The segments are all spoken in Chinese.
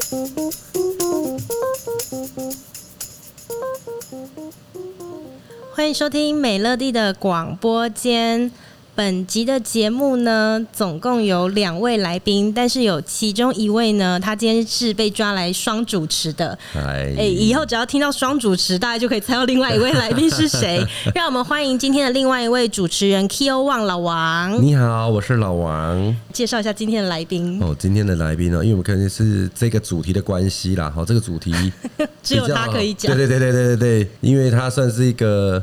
欢迎收听美乐蒂的广播间。本集的节目呢，总共有2位来宾，但是有其中一位呢，他今天是被抓来双主持的。以后只要听到双主持，大家就可以猜到另外一位来宾是谁。让我们欢迎今天的另外一位主持人 Kyo Wang 老王。 你好，我是老王。 介绍一下今天的来宾。 今天的来宾呢，因为我们可能是这个主题的关系啦，这个主题只有他可以讲。 对，因为他算是一个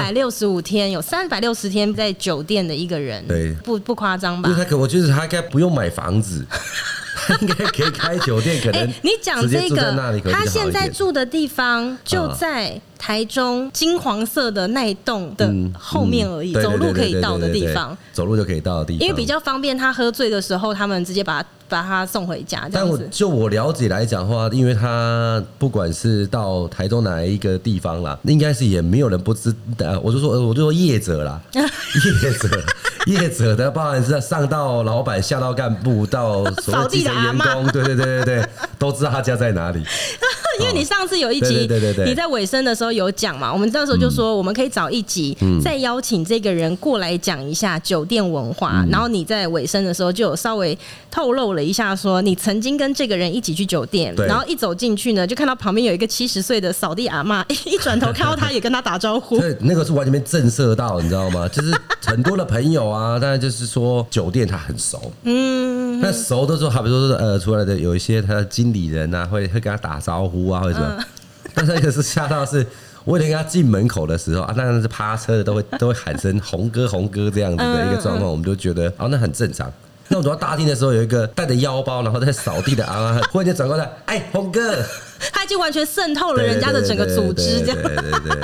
365天，有360天在酒店的一个人， 对， 不夸张吧？ 我觉得他应该不用买房子，他应该可以开酒店，可能你讲这个，他现在住的地方就在台中金黄色的那一栋的后面而已，走路可以到的地方， 走路就可以到的地方， 因为比较方便。他喝醉的时候，他们直接把他送回家。 但就我了解来讲的话，因为他不管是到台中哪一个地方啦，应该是也没有人不知道。我就说业者啦，业者的，包含是上到老板，下到干部，到所谓基层员工，对，都知道他家在哪里。 因为你上次有一集，你在尾声的时候有讲嘛，我们那时候就说我们可以找一集，再邀请这个人过来讲一下酒店文化。然后你在尾声的时候就有稍微透露了一下，说你曾经跟这个人一起去酒店，然后一走进去呢，就看到旁边有一个70岁的扫地阿嬷，一转头看到他也跟他打招呼。 对，那个是完全被震慑到，你知道吗？就是很多的朋友啊，当然就是说酒店他很熟，那熟的时候，好比说出来的有一些他的经理人啊，会跟他打招呼啊，或者什么。但是那个是吓到是，我跟他进门口的时候啊，当然是趴车的都会喊声红哥这样子的一个状况，我们就觉得那很正常。那我走到大厅的时候，有一个带着腰包然后在扫地的阿妈，忽然间转过来，红哥。 他已经完全渗透了人家的整个组织，这样。 对。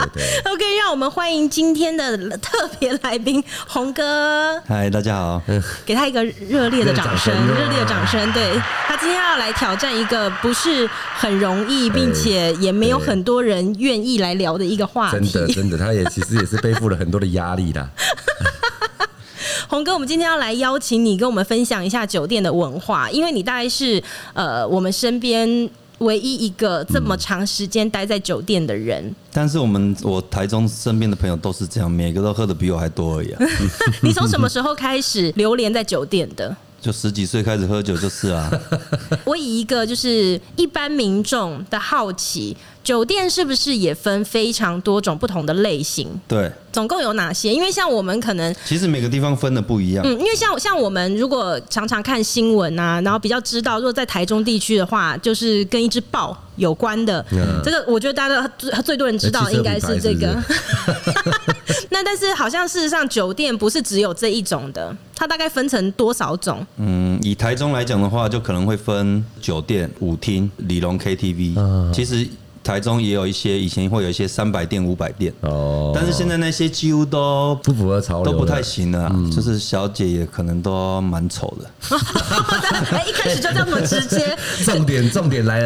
OK， 让我们欢迎今天的特别来宾红哥。 嗨，大家好， 给他一个热烈的掌声，对，他今天要来挑战一个不是很容易，并且也没有很多人愿意来聊的一个话题。 真的，他其实也是背负了很多的压力啦。 红哥，我们今天要来邀请你跟我们分享一下酒店的文化，因为你大概是我们身边唯一一个这么长时间待在酒店的人。 但是我台中身边的朋友都是这样，每个都喝的比我还多而已啊。 你从什么时候开始流连在酒店的？ 就10几岁开始喝酒就是啊。 我以一个就是一般民众的好奇，酒店是不是也分非常多种不同的类型？ 对， 总共有哪些？因为像我们可能其实每个地方分的不一样。 因为像我们如果常常看新闻啊，然后比较知道，如果在台中地区的话，就是跟一只豹有关的。这个我觉得大家最多人知道应该是这个。那但是好像事实上酒店不是只有这一种的，它大概分成多少种？ 以台中来讲的话，就可能会分酒店、舞厅、理容 KTV。其实台中也有一些，以前会有一些300店、500店，但是现在那些几乎都不符合潮流， 都不太行了。就是小姐也可能都蛮丑的。 一开始就这么直接。 重点来了，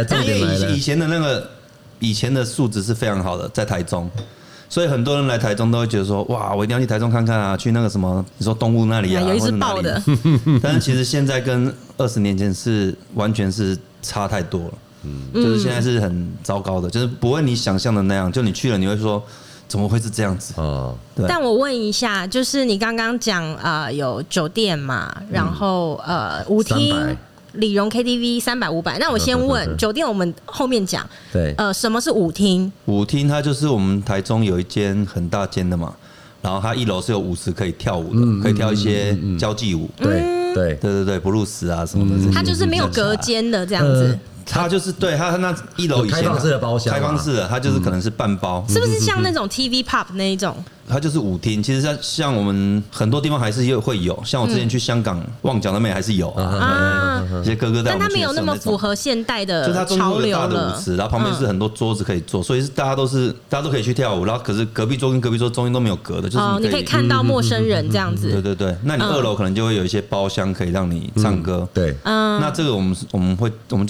以前的素质是非常好的，在台中。所以很多人来台中都会觉得说，哇，我一定要去台中看看啊，去那个什么，你说东吴那里啊， 有一只豹的。 但是其实现在跟20年前是完全是差太多了。就是现在是很糟糕的，就是不会你想象的那样。就你去了，你会说怎么会是这样子？ 但我问一下，就是你刚刚讲有酒店嘛，然后舞厅、理容 KTV 300、500。那我先问酒店，我们后面讲。 对， 什么是舞厅？ 舞厅它就是我们台中有一间很大间的嘛，然后它1楼是有舞池可以跳舞的，可以跳一些交际舞。对，布鲁斯啊什么的。 它就是没有隔间的这样子。 它就是对它那1楼以前开放式的包厢， 开放式的，它就是可能是半包， 是不是像那种 TV Pub 那一种？ 它就是舞厅。其实像我们很多地方还是会有，像我之前去香港旺角那边还是有啊，一些哥哥带我们去， 但它没有那么符合现代的潮流了。 就它中间有大的舞池，然后旁边是很多桌子可以坐，所以大家都可以去跳舞。然后可是隔壁桌跟隔壁桌中间都没有隔的，就是你可以看到陌生人这样子。 对，那你2楼可能就会有一些包厢可以让你唱歌。 对， 那这个我们就称它为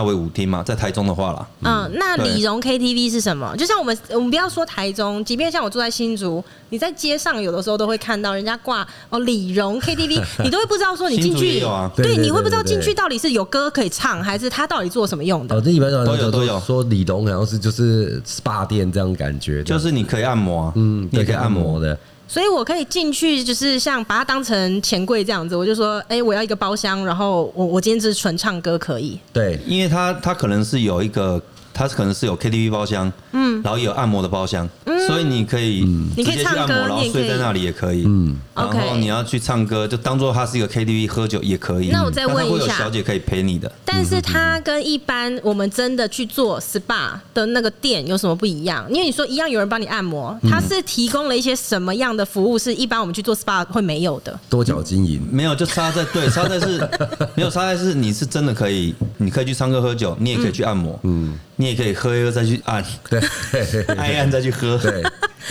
为舞厅嘛，在台中的话啦。 那李荣 KTV 是什么？就像我们不要说台中，即便像我住在新竹，你在街上有的时候都会看到人家挂李荣 KTV， 你都会不知道说你进去，对，你会不知道进去到底是有歌可以唱，还是他到底做什么用的？ 这一般都有说李荣好像是就是 SPA 店这样感觉， 就是你可以按摩，你也可以按摩的。 所以我可以进去，就是像把它当成钱柜这样子，我就说，我要一个包厢，然后我今天只是纯唱歌可以。 对， 因为它可能是有一个，它可能是有 KTV 包厢，然后也有按摩的包厢，所以你可以直接去按摩，然后睡在那里也可以。然后你要去唱歌，就当做它是一个 KTV 喝酒也可以。 那我再问一下， 会有小姐可以陪你的。 但是它跟一般我们真的去做 SPA 的那个店有什么不一样？因为你说一样有人帮你按摩，它是提供了一些什么样的服务是一般我们去做 SPA 会没有的？ 多角经营没有，就差在是没有差在是你是真的可以，你可以去唱歌喝酒，你也可以去按摩，你也可以喝一喝再去按， 对， 按一按再去喝， 对。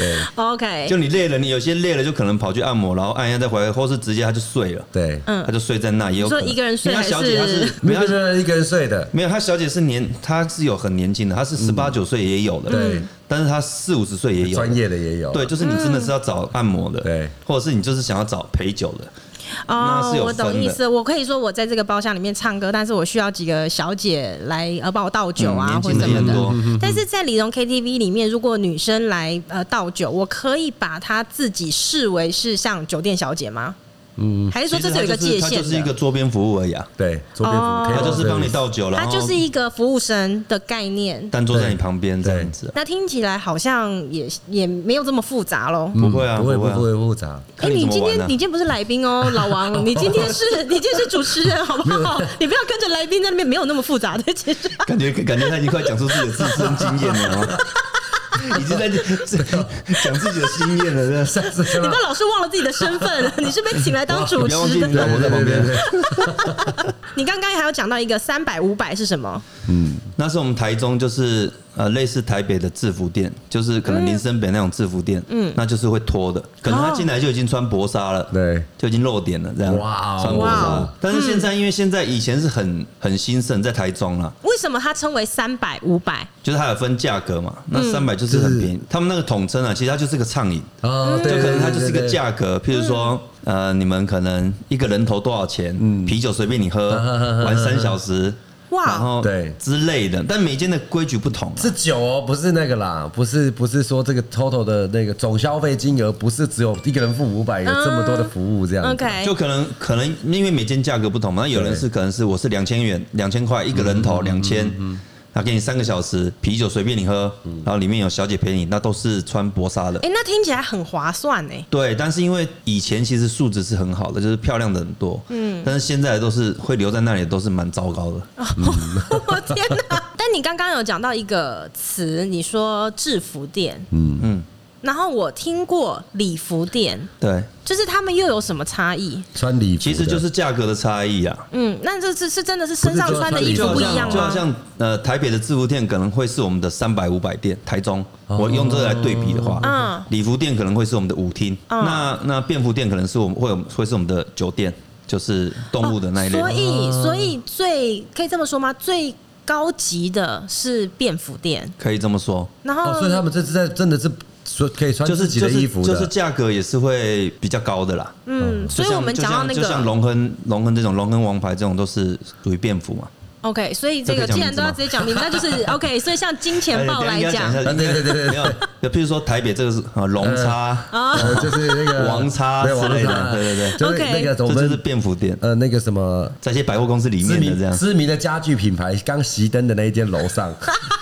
OK， 就你累了，你有些累了就可能跑去按摩，然后按一按再回来，或是直接他就睡了， 对， 他就睡在那也有可能。 说一个人睡还是？ 小姐她是没有一个人睡的， 没有，她小姐是她是有很年轻的，她是18、19岁也有的， 对， 但是她40、50岁也有， 专业的也有， 对，就是你真的是要找按摩的， 对， 或者是你就是想要找陪酒的。 我懂意思。我可以说我在这个包厢里面唱歌，但是我需要几个小姐来帮我倒酒啊，或者什么的。但是在李荣 KTV 里面，如果女生来倒酒，我可以把她自己视为是像酒店小姐吗？还是说这是有一个界限的？ 它就是一个桌边服务而已啊。 对，桌边服务， 它就是帮你倒酒， 它就是一个服务生的概念， 但坐在你旁边这样子。 那听起来好像也没有这么复杂咯。 不会啊， 不会复杂。 你今天不是来宾哦，老王，你今天是主持人好不好？你不要跟着来宾在那边，没有那么复杂的。其实感觉他已经快讲出自己的自身经验了。已经在讲自己的经验了， 你不要老是忘了自己的身份，你是被请来当主持的。 我在旁边。 你刚刚还有讲到一个300、500是什么？ 那是我们台中就是类似台北的制服店，就是可能林森北那种制服店，那就是会脱的，可能他进来就已经穿薄纱了， 对， 就已经露点了这样，穿薄纱。但是现在因为以前是很兴盛，在台中啦。 为什么它称为300、500？ 就是它有分价格嘛，那300就是很便宜，他们那个统称啊，其实它就是个畅饮，就可能它就是一个价格，譬如说你们可能一个人头多少钱，啤酒随便你喝，玩3小时。然后对之类的，但每间的规矩不同， 是酒哦，不是那个啦，不是说这个 total 的那个总消费金额不是只有一个人付500，有这么多的服务这样子。 OK， 就可能因为每间价格不同嘛，那有人是可能是我是2000元，2000块一个人头2000。他给你3个小时，啤酒随便你喝，然后里面有小姐陪你，那都是穿薄纱的。 那听起来很划算哎。 对，但是因为以前其实素质是很好的，就是漂亮的很多，但是现在都是会留在那里，都是蛮糟糕的。 我天哪！但你刚刚有讲到一个词，你说制服店，然后我听过礼服店， 对， 就是他们又有什么差异？ 穿礼服其实就是价格的差异啊。 那这是真的是身上穿的衣服不一样吗？ 就好像台北的制服店可能会是我们的300、500店，台中我用这个来对比的话，礼服店可能会是我们的舞厅，那便服店可能是我们会是我们的酒店，就是动物的那一类。 所以最可以这么说吗？最高级的是便服店， 可以这么说。 然后， 所以他们这是真的是。可以穿自己的衣服的， 就是价格也是会比较高的啦。 所以我们讲到那个， 就像龙亨这种龙亨王牌这种都是属于便服嘛。 OK， 所以这个既然都要直接讲明，那就是 OK。所以像金钱豹来讲， 对，没有，譬如说台北这个是龙叉， 就是那个王叉之类的，对， 就是那个我们就是便服店， 那个什么在一些百货公司里面的这样知名的家具品牌，刚熄灯的那一间楼上。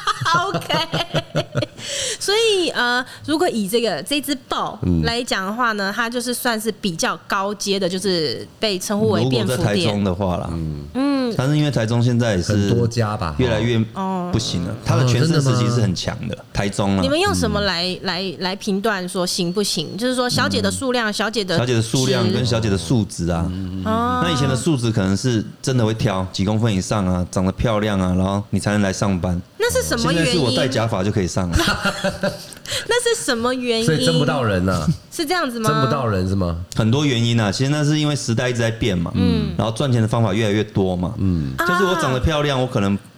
OK， 所以如果以这只豹来讲的话呢，它就是算是比较高阶的，就是被称呼为便服店。 如果在台中的话啦，但是因为台中现在也是很多家吧， 越来越不行了。它的全盛时期是很强的，台中啊。 你们用什么来评断说行不行？就是说小姐的数量、小姐的数量跟小姐的素质啊。那以前的素质可能是真的会挑几公分以上啊，长得漂亮啊，然后你才能来上班。 那是什么原因？ 现在是我戴假发就可以上了。 那是什么原因？ 所以争不到人啊？ 是这样子吗？ 争不到人是吗？ 很多原因啊，其实那是因为时代一直在变嘛，然后赚钱的方法越来越多嘛，就是我长得漂亮，我可能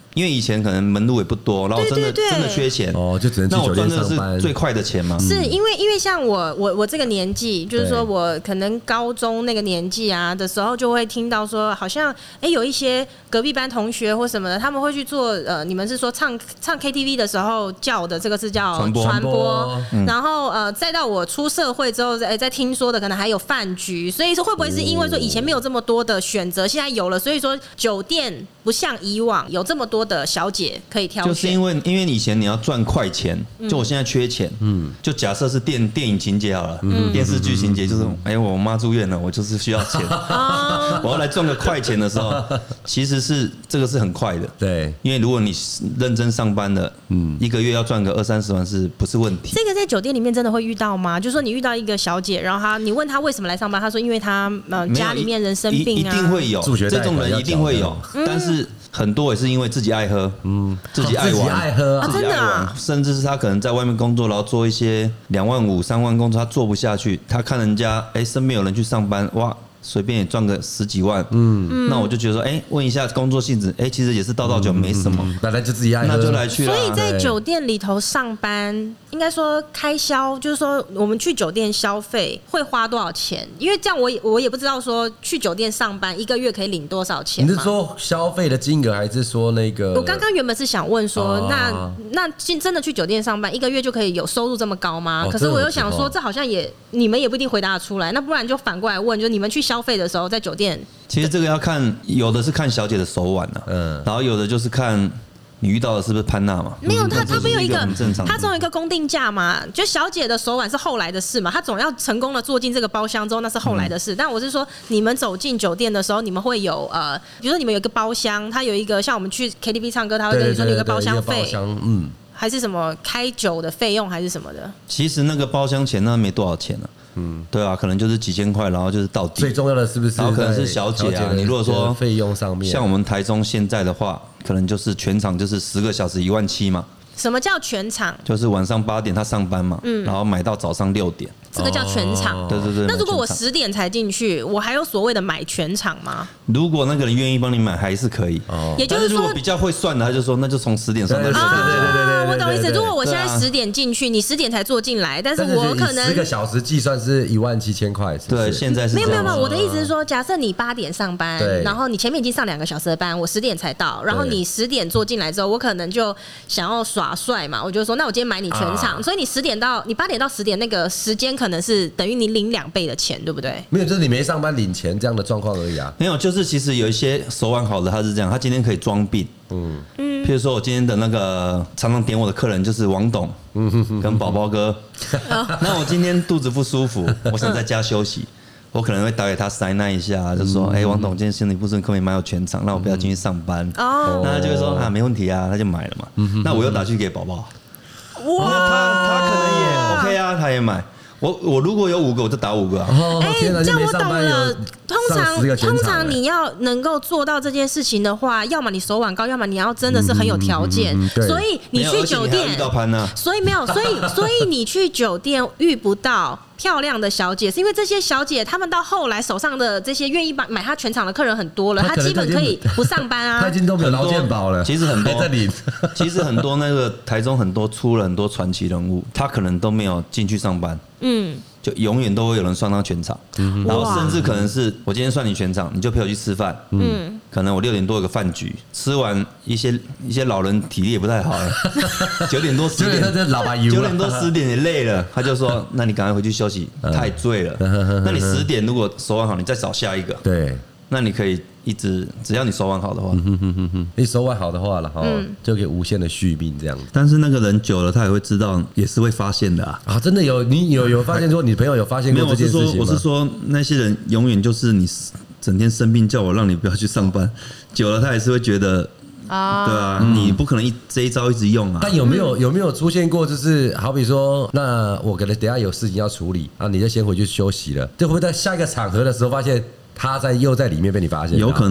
因为以前可能门路也不多，然后真的缺钱就只能去酒店上班。 那我赚的是最快的钱嘛。 是因为像我这个年纪，就是说我可能高中那个年纪啊的时候，就会听到说，好像有一些隔壁班同学或什么的，他们会去做你们是说唱 KTV 的时候叫的这个是叫传播，然后再到我出社会之后，再听说的可能还有饭局，所以说会不会是因为说以前没有这么多的选择，现在有了，所以说酒店不像以往有这么多的小姐可以挑选， 就是因为以前你要赚快钱，就我现在缺钱，就假设是电影情节好了，电视剧情节就是我妈住院了，我就是需要钱，我要来赚个快钱的时候，其实是这个是很快的， 对， 因为如果你认真上班的，一个月要赚个20-30万是不是问题？ 这个在酒店里面真的会遇到吗？就是说你遇到一个小姐，然后你问她为什么来上班，她说因为她家里面人生病啊， 一定会有这种人一定会有，但是很多也是因为自己爱喝，自己爱玩， 真的啊， 甚至是他可能在外面工作，然后做一些2万5、3万工作，他做不下去，他看人家身边有人去上班，哇，随便也赚个10几万，那我就觉得说，问一下工作性质，其实也是倒酒没什么， 本来就自己爱喝， 那就来去了。 所以在酒店里头上班，应该说开销，就是说我们去酒店消费会花多少钱？因为这样我也不知道说去酒店上班1个月可以领多少钱。 你是说消费的金额，还是说那个？ 我刚刚原本是想问说，那真的去酒店上班1个月就可以有收入这么高吗？可是我又想说，这好像你们也不一定回答得出来。那不然就反过来问，就你们去消费的时候，在酒店， 其实这个要看，有的是看小姐的手腕然后有的就是看你遇到的是不是潘娜嘛？ 没有，他不有一个，他总有一个公定价嘛。就小姐的手腕是后来的事嘛，他总要成功的坐进这个包厢之后，那是后来的事。但我是说，你们走进酒店的时候，你们会有比如说你们有一个包厢，它有一个像我们去 KTV 唱歌，他会跟你说有一个包厢费，还是什么开酒的费用，还是什么的？ 其实那个包厢钱那没多少钱啊。对啊，可能就是几千块，然后就是到底。 最重要的是不是？ 然后可能是小姐啊，你如果说费用上面， 像我们台中现在的话，可能就是全场就是10个小时17000嘛。 什么叫全场？ 就是晚上8点他上班嘛，然后买到早上6点， 这个叫全场。 对。 那如果我10点才进去，我还有所谓的买全场吗？ 如果那个人愿意帮你买，还是可以。 也就是说， 如果比较会算的，他就说那就从10点算到6点。 我懂意思。如果我现在10点进去，你10点才坐进来，但是我可能 10个小时计算是17000块。 对，现在是没有。我的意思是说，假设你8点上班，然后你前面已经上2个小时的班，我10点才到，然后你10点坐进来之后，我可能就想要耍帅嘛，我就说那我今天买你全场，所以你8点到10点那个时间可能是等于你领2倍的钱，对不对？ 没有，就是你没上班领钱这样的状况而已啊。 没有，就是其实有一些手腕好的，他是这样，他今天可以装病。譬如说我今天的那个常常点我的客人就是王董跟宝宝哥，那我今天肚子不舒服，我想在家休息，我可能会打给他塞那一下，就说王董今天身体不顺，可不可以买我全场，让我不要进去上班？那他就会说没问题啊，他就买了嘛。那我又打去给宝宝，他可能也 OK 啊，他也买。我如果有5个，我就打5个啊。 这样我懂了。通常你要能够做到这件事情的话，要么你手腕高，要么你要真的是很有条件。所以你去酒店，所以没有，所以你去酒店遇不到漂亮的小姐，是因为这些小姐她们到后来手上的这些愿意买她全场的客人很多了，她基本可以不上班啊。 她已经都没有劳健保了。 其实很多其实很多那个台中很多出了很多传奇人物，她可能都没有进去上班。就永远都会有人算到全场，然后甚至可能是我今天算你全场，你就陪我去吃饭。可能我6点多有个饭局，吃完一些老人体力也不太好了，9点多10点，9点多10点也累了，他就说：“那你赶快回去休息，太醉了。那你10点如果手腕好，你再找下一个。” 对。 那你可以一直，只要你手腕好的话， 你手腕好的话了，就可以无限的续命这样子。 但是那个人久了，他也会知道，也是会发现的啊。 真的有，你有发现说，你朋友有发现过这件事情吗？ 我是说那些人永远就是你整天生病，叫我让你不要去上班，久了他也是会觉得。对啊，你不可能这一招一直用啊。 但有没有出现过，就是好比说，那我可能等一下有事情要处理啊，你就先回去休息了，就会不会在下一个场合的时候发现他又在里面被你发现？ 有可能，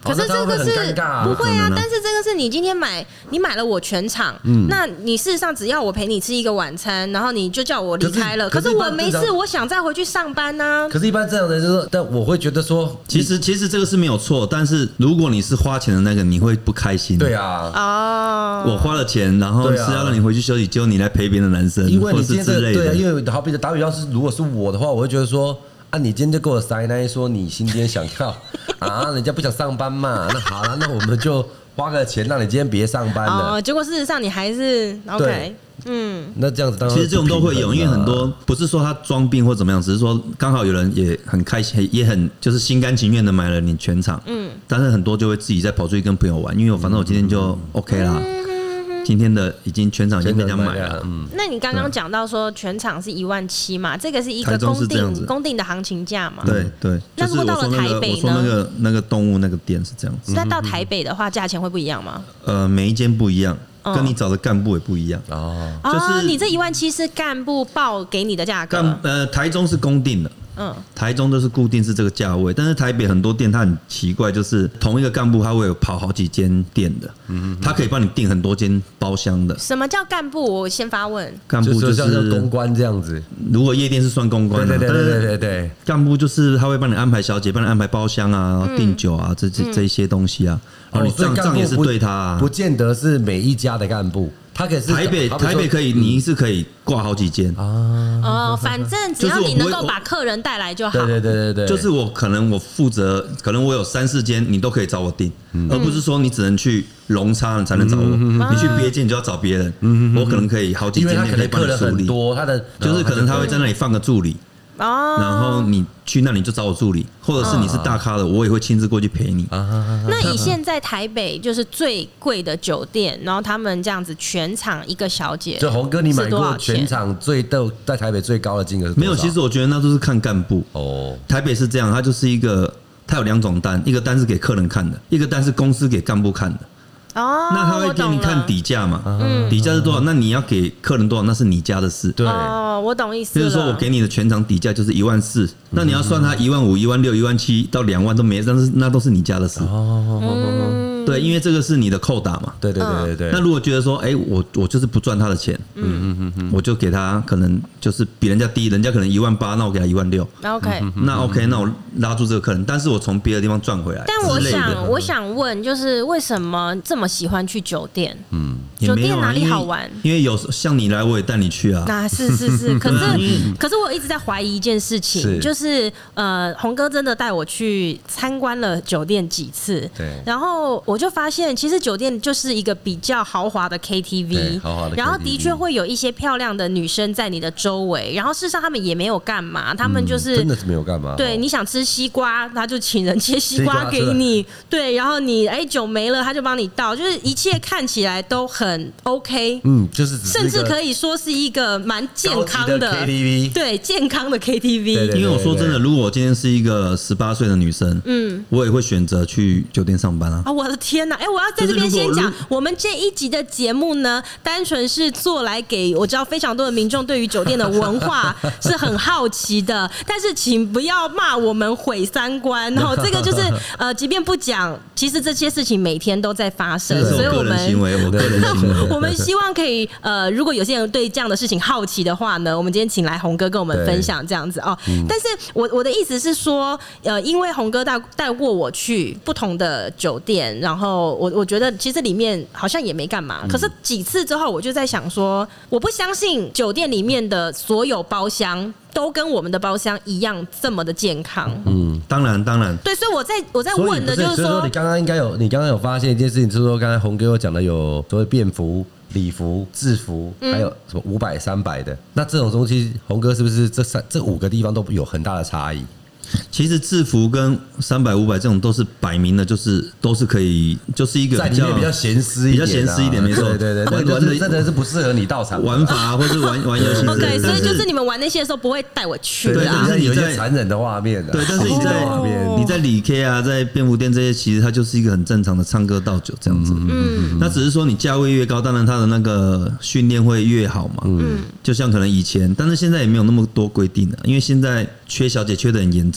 可是这个是很尴尬啊不会啊，但是这个是你今天你买了我全场，那你事实上只要我陪你吃一个晚餐，然后你就叫我离开了，可是我没事，我想再回去上班呢。 可是，一般这样的就是，但我会觉得说， 其实这个是没有错，但是如果你是花钱的那个，你会不开心。 对啊， 哦，我花了钱，然后是要让你回去休息，结果你来陪别的男生， 因为你今天对啊，因为好比打比方是，如果是我的话，我会觉得说。啊！你今天就给我塞那一说，你今天想要啊，人家不想上班嘛？那好了，那我们就花个钱让你今天别上班了。 结果事实上你还是 OK， 那这样子当然其实这种都会有，因为很多不是说他装病或怎么样，只是说刚好有人也很开心，也很就是心甘情愿的买了你全场，但是很多就会自己再跑出去跟朋友玩，因为反正我今天就 OK 啦。今天的已经全场已经被人家买了。 那你刚刚讲到说全场是17000嘛，这个是一个公定的行情价嘛？ 对对。 那如果到了台北呢？ 我说那个动物那个店是这样子。 那到台北的话，价钱会不一样吗？ 每一间不一样，跟你找的干部也不一样。 就是你这17000是干部报给你的价格。 台中是公定的。台中都是固定是这个价位，但是台北很多店它很奇怪，就是同一个干部他会有跑好几间店的，他可以帮你订很多间包厢的。 什么叫干部？我先发问。 干部就是像公关这样子， 如果夜店是算公关的， 对。 干部就是他会帮你安排小姐，帮你安排包厢啊、订酒啊，这些东西啊。你账也是对他啊， 不见得是每一家的干部。他可以是台北可以，你是可以挂好几间反正只要你能够把客人带来就好。 对， 就是我负责，可能我有3-4间，你都可以找我订，而不是说你只能去龙叉你才能找我，你去别间你就要找别人。我可能可以好几间店可以帮你处理。就是可能他会在那里放个助理。然后你去那里就找我助理，或者是你是大咖的，我也会亲自过去陪你。 那以现在台北就是最贵的酒店，然后他们这样子全场一个小姐， 就洪哥你买过全场在台北最高的金额是多少？ 没有，其实我觉得那都是看干部。台北是这样，它就是它有2种单，一个单是给客人看的，一个单是公司给干部看的。那他会给你看底价嘛？底价是多少？那你要给客人多少？那是你家的事。 对， 我懂意思了。 就是说我给你的全场底价就是14000，那你要算他15000、16000、17000到2万都没，但是那都是你家的事。对，因为这个是你的扣打嘛。 对。 那如果觉得说，我就是不赚他的钱，我就给他可能就是比人家低，人家可能18000，那我给他16000。 OK， 那 OK， 那我拉住这个客人，但是我从别的地方赚回来。 但我想问，就是为什么这么喜欢去酒店？ 酒店哪里好玩？ 因为有像你来，我也带你去啊。 那是，可是我一直在怀疑一件事情，就是洪哥真的带我去参观了酒店几次， 对， 然后我就发现，其实酒店就是一个比较豪华的 KTV， 然后的确会有一些漂亮的女生在你的周围，然后事实上他们也没有干嘛，他们就是真的是没有干嘛。 对，你想吃西瓜，他就请人切西瓜给你，对，然后你酒没了，他就帮你倒，就是一切看起来都很 OK， 就是甚至可以说是一个蛮健康的 KTV， 对，健康的 KTV。 因为我说真的，如果我今天是一个18岁的女生，我也会选择去酒店上班啊。 我的天哪！我要在这边先讲，我们这一集的节目呢，单纯是做来给我知道非常多的民众对于酒店的文化是很好奇的，但是请不要骂我们毁三观。然后这个就是即便不讲，其实这些事情每天都在发生，所以我们我们希望可以如果有些人对这样的事情好奇的话呢，我们今天请来洪哥跟我们分享这样子哦。但是我的意思是说，因为洪哥带过我去不同的酒店，然后我觉得其实里面好像也没干嘛，可是几次之后我就在想说，我不相信酒店里面的所有包厢都跟我们的包厢一样这么的健康。 当然。 对，所以我在问的就是说， 你刚刚有发现一件事情，就是说刚才洪哥有讲的有所谓便服、礼服、制服，还有什么500、300的，那这种东西，洪哥是不是这5个地方都有很大的差异？ 其实制服跟300、500这种都是摆明的，都是可以，就是一个在里面比较闲适一点，没错，对，玩的真的是不适合你到场玩法，或是玩游戏。 OK， 所以就是你们玩那些的时候不会带我去的，但是有一些残忍的画面的。 对，但是你在理 K 啊，在便服店这些，其实它就是一个很正常的唱歌倒酒这样子。那只是说你价位越高，当然它的那个训练会越好嘛。就像可能以前，但是现在也没有那么多规定了，因为现在缺小姐缺的很严重。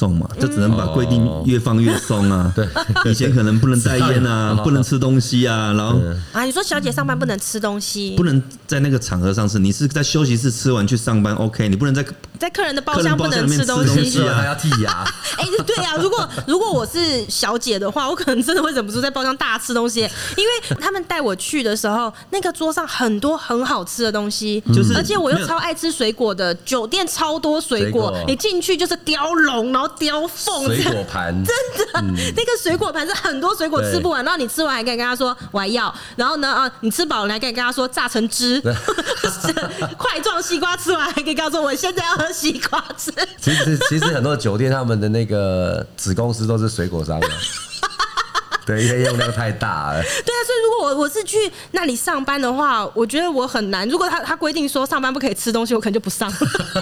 送嘛，就只能把规定越放越松啊。对，以前可能不能带烟啊，不能吃东西啊，然后你说小姐上班不能吃东西， 不能在那个场合上吃，你是在休息室吃完去上班 OK， 你不能在客人的包厢不能吃东西啊，还要剔牙。 对啊，如果我是小姐的话，我可能真的会忍不住在包厢大吃东西，因为他们带我去的时候，那个桌上很多很好吃的东西，而且我又超爱吃水果的，酒店超多水果，你进去就是雕龙，然后雕凤， 水果盘， 真的，那个水果盘是很多水果吃不完，然后你吃完还可以跟他说我还要，然后呢你吃饱了还可以跟他说榨成汁，块状西瓜吃完还可以跟他说我现在要喝西瓜汁。 其实很多酒店他们的那个子公司都是水果商的。对，因为用量太大了。对啊，所以如果我是去那里上班的话，我觉得我很难。如果他规定说上班不可以吃东西，我可能就不上。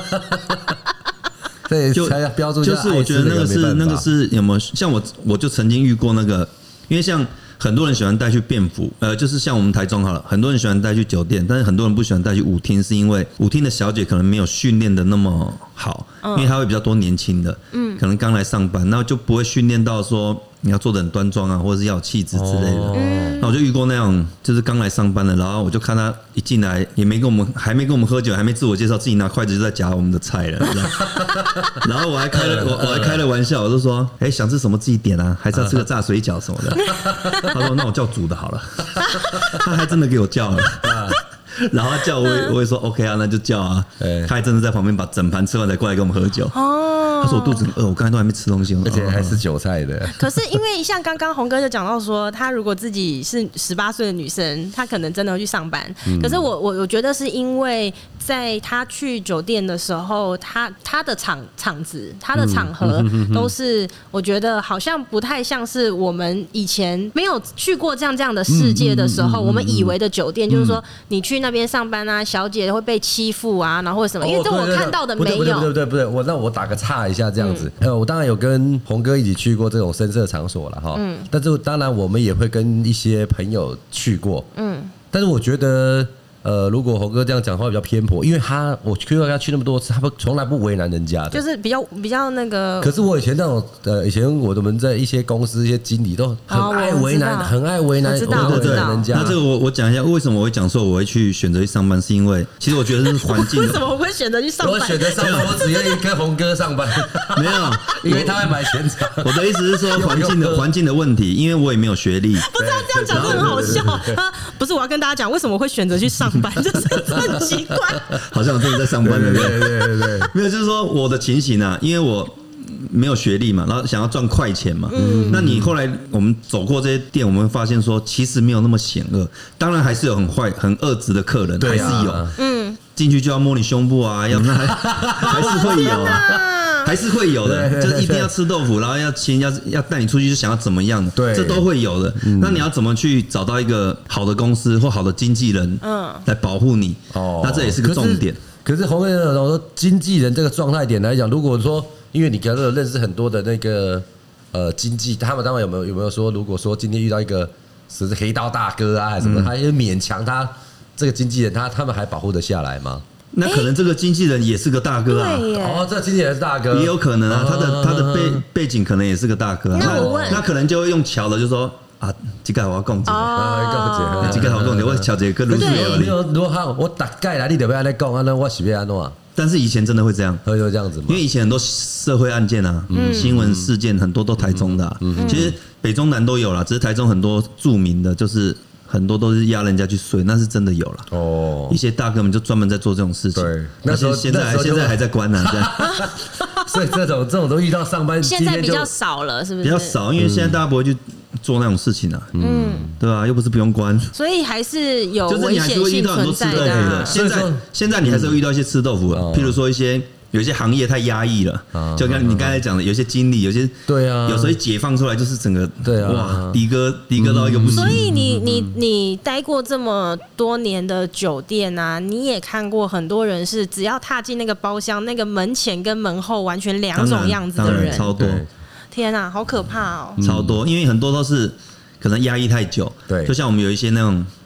对，就才要标注。 就是我觉得那个是有没有像我就曾经遇过那个，因为像很多人喜欢带去便服，就是像我们台中好了，很多人喜欢带去酒店，但是很多人不喜欢带去舞厅，是因为舞厅的小姐可能没有训练的那么好，因为她会比较多年轻的，可能刚来上班，那就不会训练到说你要做的很端庄啊，或者是要有气质之类的。那我就遇过那样，就是刚来上班的，然后我就看他一进来也还没跟我们喝酒，还没自我介绍，自己拿筷子就在夹我们的菜了。然后我还开了玩笑，我就说：“想吃什么自己点啊，还是要吃个炸水饺什么的。”他说：“那我叫煮的好了。”他还真的给我叫了。然后他叫我也说 OK 啊，那就叫啊。他还真的在旁边把整盘吃完才过来跟我们喝酒。他说我肚子很饿，我刚才都还没吃东西， 而且还是韭菜的。 可是因为像刚刚洪哥就讲到说，他如果自己是18岁的女生，他可能真的会去上班。可是我觉得是因为在他去酒店的时候，他的场子、他的场合都是我觉得好像不太像是我们以前没有去过这样的世界的时候，我们以为的酒店就是说你去那边上班啊，小姐会被欺负啊，然后或者什么，因为这我看到的没有。 不对，我打个岔一下这样子。我当然有跟洪哥一起去过这种声色场所了哈，但是当然我们也会跟一些朋友去过，但是我觉得。如果洪哥这样讲话比较偏颇，因为我去过他去那么多次，他从来不为难人家的， 就是比较那个。 可是我以前那种以前我们在一些公司一些经理都很爱为难，很爱为难人家。 那这个我讲一下，为什么我会讲说我会去选择去上班，是因为其实我觉得是环境。 为什么我会选择去上班？ 我选择上班，我只愿意跟洪哥上班。 没有， 因为他会买全场。 我的意思是说环境的问题，因为我也没有学历。 不知道这样讲真的很好笑。不是，我要跟大家讲为什么我会选择去上班，就是很奇怪。 好像我真的在上班，对，没有，就是说我的情形啊，因为我没有学历嘛，然后想要赚快钱嘛。那你后来我们走过这些店，我们会发现说，其实没有那么险恶。当然还是有很坏、很恶质的客人，还是有。进去就要摸你胸部啊，还是会有啊。还是会有的，就是一定要吃豆腐，然后要亲，要带你出去，就想要怎么样的，对，这都会有的。那你要怎么去找到一个好的公司或好的经纪人，来保护你？那这也是个重点。 可是洪哥说，经纪人这个状态点来讲，如果说，因为你可能认识很多的那个经纪，他们当然有没有说，如果说今天遇到一个是黑道大哥啊，还是什么，他也勉强他这个经纪人，他们还保护得下来吗？ 那可能这个经纪人也是个大哥啊！ 这个经纪人是大哥， 也有可能啊。他的背景可能也是个大哥。那可能就会用巧的，就说啊，这个我要讲一下，这个我讲一下，我巧这个路线。 如果我大概来，你得要安尼讲，那我是要安怎？ 但是以前真的会这样， 会这样子吗？ 因为以前很多社会案件啊、新闻事件很多都台中的，其实北中南都有啦，只是台中很多著名的就是。很多都是压人家去睡，那是真的有了。一些大哥们就专门在做这种事情。对， 那时候现在还在关呢。 所以这种都遇到上班， 现在比较少了，是不是？ 比较少，因为现在大家不会去做那种事情啊。对吧？又不是不用关， 所到还是有危险性存在的。 现在你还是会遇到一些吃豆腐的，譬如说有些行业太压抑了，就跟你刚才讲的，有些经理，有些对啊，有时候一解放出来就是整个哇，的哥到一个不行。 所以你待过这么多年的酒店啊，你也看过很多人是只要踏进那个包厢，那个门前跟门后完全两种样子的人， 超多。 天啊，好可怕哦！ 超多，因为很多都是可能压抑太久，对，就像我们有一些那种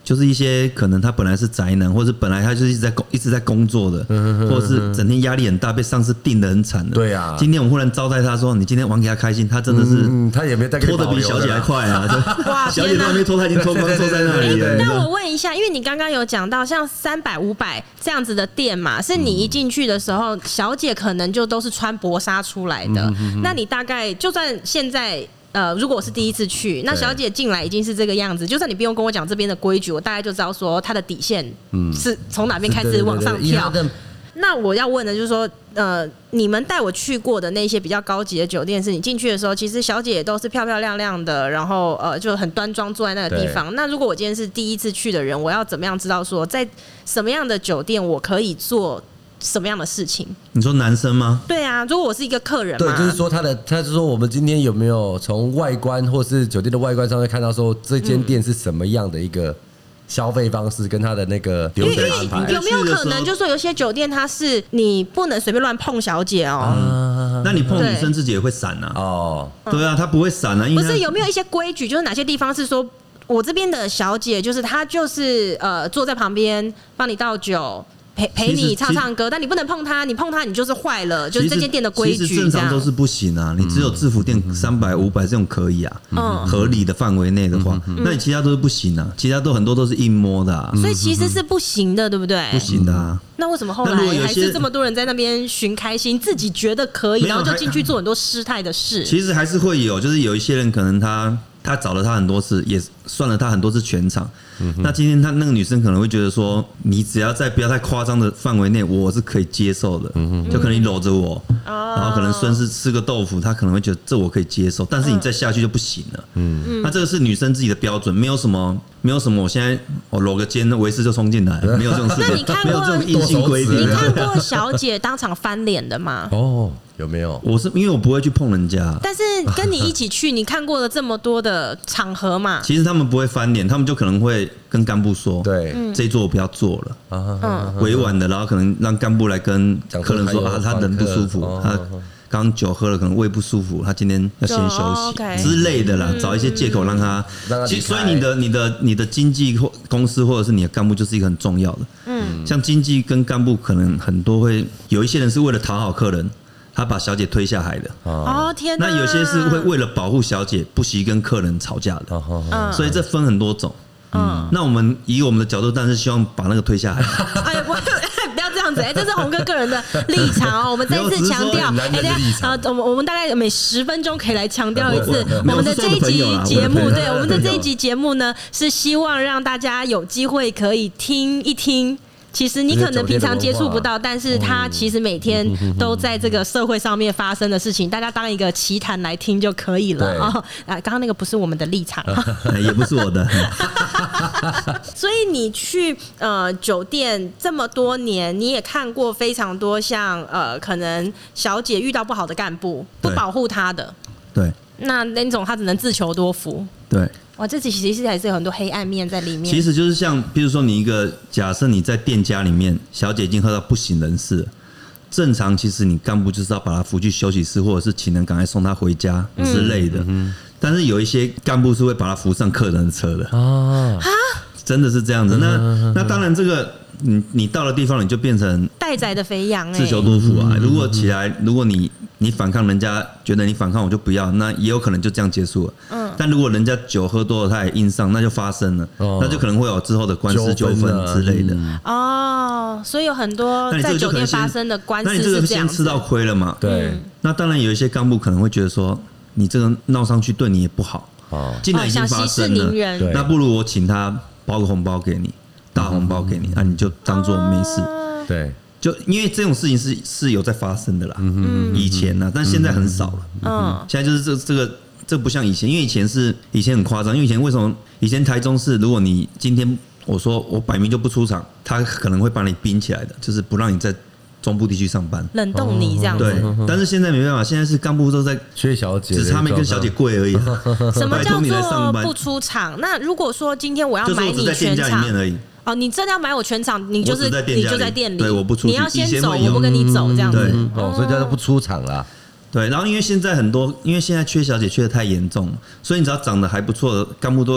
就是一些可能他本来是宅男，或者本来他就是一直在工作的，或者是整天压力很大，被上司定得很惨的。 对啊， 今天我们忽然招待他说：“你今天玩给他开心。”他真的是， 他也没带拖得比小姐还快啊！ 哇， 小姐都还没拖，他已经脱光坐在那里了。 那我问一下，因为你刚刚有讲到像300、500这样子的店嘛，是你一进去的时候，小姐可能就都是穿薄纱出来的。那你大概就算现在。如果我是第一次去，那小姐进来已经是这个样子，就算你不用跟我讲这边的规矩，我大概就知道说她的底线是从哪边开始往上跳。那我要问的就是说，你们带我去过的那些比较高级的酒店，是你进去的时候，其实小姐也都是漂漂亮亮的，然后就很端庄坐在那个地方。那如果我今天是第一次去的人，我要怎么样知道说，在什么样的酒店我可以做什么样的事情？ 你说男生吗？ 对啊，如果我是一个客人嘛， 对，就是说他是说我们今天有没有从外观或是酒店的外观上面看到说这间店是什么样的一个消费方式跟他的那个流程安排？ 有没有可能就是说有些酒店它是你不能随便乱碰小姐哦？ 那你碰女生自己也会闪啊？哦，对啊，她不会闪啊，因为不是有没有一些规矩，就是哪些地方是说我这边的小姐就是她就是坐在旁边帮你倒酒。陪你唱歌，但你不能碰他，你碰他你就是坏了，就是这间店的规矩。 其实正常都是不行啊，你只有制服店300、500这种可以啊，合理的范围内的话，那你其他都是不行啊，其他都很多都是硬摸的啊， 所以其实是不行的，对不对？ 不行的啊。 那为什么后来还是这么多人在那边寻开心，自己觉得可以，然后就进去做很多失态的事？ 其实还是会有，就是有一些人可能他找了他很多次，也算了他很多次全场。那今天他那个女生可能会觉得说，你只要在不要太夸张的范围内，我是可以接受的。就可能你搂着我，然后可能顺势吃个豆腐，他可能会觉得这我可以接受，但是你再下去就不行了。那这个是女生自己的标准，没有什么。我现在我搂个肩，维斯就冲进来，没有这种事情。 那你看过没有这种硬性规定？ 你看过小姐当场翻脸的吗？ 哦，有没有？ 我是因为我不会去碰人家， 但是跟你一起去，你看过了这么多的场合嘛？ 其实他们不会翻脸，他们就可能会跟干部说， 对， 这一桌我不要做了，委婉的，然后可能让干部来跟客人说啊，他人不舒服，他刚酒喝了，可能胃不舒服，他今天要先休息之类的啦，找一些借口让他。所以你的经纪公司或者是你的干部就是一个很重要的。像经纪跟干部可能很多会有一些人是为了讨好客人，他把小姐推下海的。 哦天哪！ 那有些是会为了保护小姐，不惜跟客人吵架的。所以这分很多种。那我们以我们的角度，但是希望把那个推下海。 哎，不要这样子，这是洪哥个人的立场哦。我们再一次强调，我们大概每10分钟可以来强调一次，我们的这一集节目，对，我们的这一集节目呢，是希望让大家有机会可以听一听。其实你可能平常接触不到，但是他其实每天都在这个社会上面发生的事情，大家当一个奇谈来听就可以了啊。刚刚那个不是我们的立场， 也不是我的。 所以你去酒店这么多年，你也看过非常多像可能小姐遇到不好的干部不保护她的， 对， 那种她只能自求多福， 对。 哇，这其实还是有很多黑暗面在里面。 其实就是像，比如说你假设你在店家里面，小姐已经喝到不省人事了，正常其实你干部就是要把她扶去休息室，或者是请人赶快送她回家之类的。但是有一些干部是会把她扶上客人的车的啊，真的是这样子。那当然这个。你到了地方，你就变成待宰的肥羊， 自求多福啊！如果起来，如果你反抗，人家觉得你反抗，我就不要，那也有可能就这样结束了。但如果人家酒喝多了，他也硬上，那就发生了，那就可能会有之后的官司纠纷之类的。 哦，所以有很多在酒店发生的官司是这样子。 那你这个先吃到亏了嘛？ 对。 那当然有一些干部可能会觉得说，你这个闹上去对你也不好。既然已经发生了，那不如我请他包个红包给你。大红包给你，你就当做没事。 对， 就因为这种事情是有在发生的啦。以前呢，但现在很少了。现在就是这不像以前，因为以前很夸张。因为为什么以前台中市，如果你今天我说我摆明就不出场，他可能会把你冰起来的，就是不让你在中部地区上班， 冷冻你这样子。 对，但是现在没办法，现在是干部都在缺小姐， 只差没跟小姐跪而已。 什么叫做不出场？那如果说今天我要买你全场而已。 哦，你真的要买我全场，你就在店里， 对，我不出去， 你要先走，我不跟你走，这样子。 所以叫做不出场啦。 对，然后因为现在缺小姐缺的太严重，所以你只要长得还不错的干部都会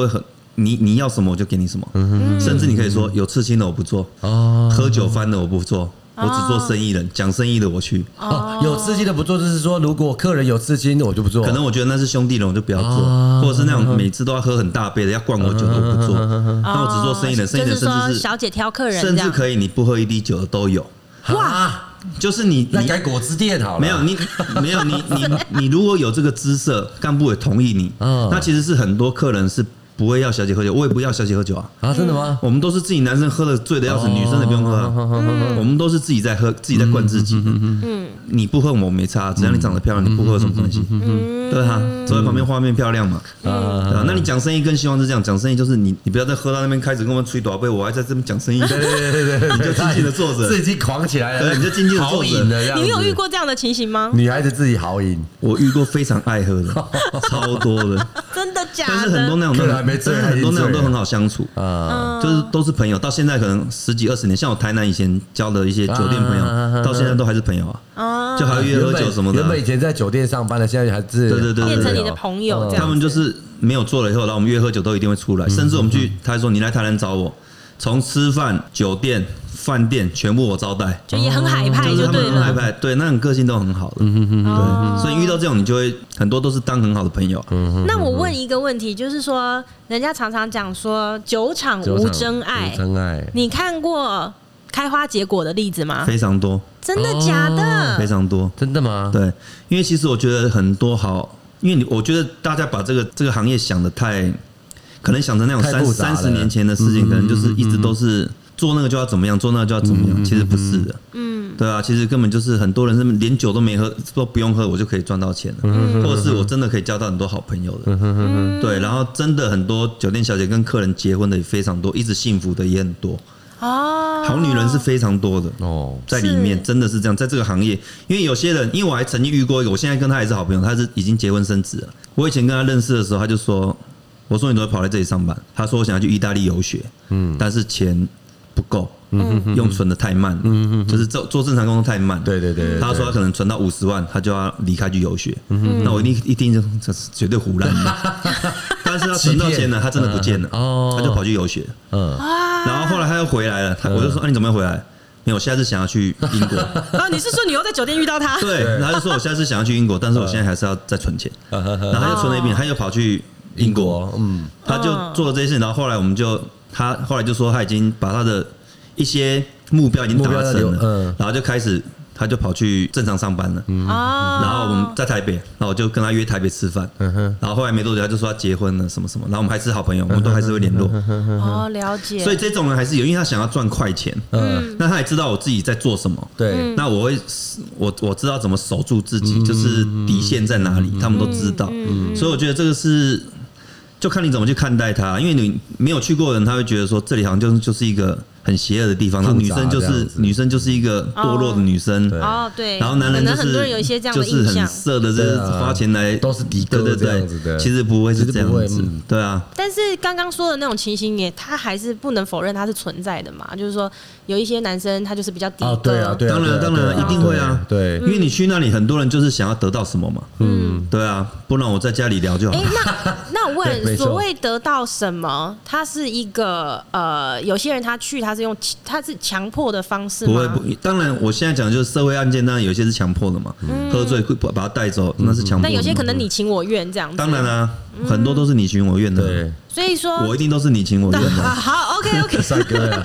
你要什么我就给你什么，甚至你可以说有刺青的我不做，喝酒翻的我不做。我只做生意人，讲生意的我去。 有刺青的不做，就是说如果客人有刺青，我就不做。 可能我觉得那是兄弟人，我就不要做，或者是那种每次都要喝很大杯的，要灌我酒的我不做。那我只做生意人，生意人甚至是小姐挑客人， 甚至可以你不喝一滴酒的都有。 哇， 就是你改果汁店好了。 没有你如果有这个姿色，干部也同意你，那其实是很多客人是。不会要小姐喝酒，我也不要小姐喝酒啊！ 真的吗？ 我们都是自己男生喝的醉的要死，女生也不用喝啊。我们都是自己在喝，自己在灌自己。你不喝我没差，只要你长得漂亮，你不喝有什么关系？对啊，走在旁边画面漂亮嘛。那你讲生意更希望是这样，讲生意就是你不要再喝到那边开始跟我们吹短杯，我还在这边讲生意。对，你就静静的坐着， 自己狂起来了。 对，你就静静的坐着。 你有遇过这样的情形吗？ 女孩子自己豪饮， 我遇过非常爱喝的，超多的。 真的假的？ 但是很多那种真的很多那种都很好相处就是都是朋友，到现在可能10几20年，像我台南以前交的一些酒店朋友，到现在都还是朋友啊，就还约喝酒什么的。 原本以前在酒店上班的，现在还是对变成你的朋友这样。 他们就是没有做了以后，然后我们约喝酒都一定会出来，甚至我们去，他说你来台南找我，从吃饭、酒店、饭店全部我招待， 就也很海派就对了， 很海派，对，那种个性都很好的，对，所以遇到这种你就会很多都是当很好的朋友。 那我问一个问题，就是说，人家常常讲说酒场无真爱，你看过开花结果的例子吗？ 非常多。 真的假的？ 非常多。 真的吗？ 对，因为其实我觉得很多好，因为我觉得大家把这个行业想的太，可能想成那种30年前的事情，可能就是一直都是做那个就要怎么样，做那个就要怎么样，其实不是的。对啊，其实根本就是很多人是连酒都没喝，都不用喝，我就可以赚到钱了，或者是我真的可以交到很多好朋友的。对，然后真的很多酒店小姐跟客人结婚的也非常多，一直幸福的也很多。好女人是非常多的在里面真的是这样，在这个行业，因为有些人，因为我还曾经遇过一个，我现在跟他还是好朋友，他是已经结婚生子了。我以前跟他认识的时候，他就说，我说你怎么跑来这里上班？他说我想要去意大利游学，但是钱不够，用存的太慢，就是做正常工作太慢。对，他说他可能存到50万，他就要离开去游学。那我一听就这是绝对胡乱的。但是他存到钱了，他真的不见了，他就跑去游学。然后后来他又回来了，我就说你怎么又回来？没有，我下次想要去英国。 你是说你又在酒店遇到他？ 对，他就说我下次想要去英国，但是我现在还是要再存钱。然后他就存了一笔，他又跑去英国，他就做了这些事情。然后后来他后来就说他已经把他的一些目标已经达成了，然后就开始他就跑去正常上班了。然后我们在台北，然后我就跟他约台北吃饭。然后后来没多久他就说他结婚了什么什么，然后我们还是好朋友，我们都还是会联络。 了解。 所以这种人还是有，因为他想要赚快钱。那他也知道我自己在做什么。对。那我知道怎么守住自己，就是底线在哪里，他们都知道。所以我觉得这个是。就看你怎么去看待它，因为你没有去过的人，他会觉得说这里好像就是一个很邪恶的地方，然后女生就是一个堕落的女生， 对， 然后男人很多人有一些这样的印象， 就是很色的，就是花钱来都是敌哥这样子的， 其实不会是这样子，对啊。 但是刚刚说的那种情形他还是不能否认它是存在的嘛，就是说有一些男生他就是比较敌哥， 当然一定会啊，对，因为你去那里很多人就是想要得到什么嘛，对啊，不然我在家里聊就好。 那我问，所谓得到什么，它是一个有些人他是强迫的方式吗？ 不会，当然我现在讲的就是社会案件，当然有些是强迫的嘛，喝醉把他带走那是强迫的， 但有些可能你情我愿这样子。 当然啊，很多都是你情我愿的，对， 所以说我一定都是你情我愿的。 好 ，OK， 帅哥啦。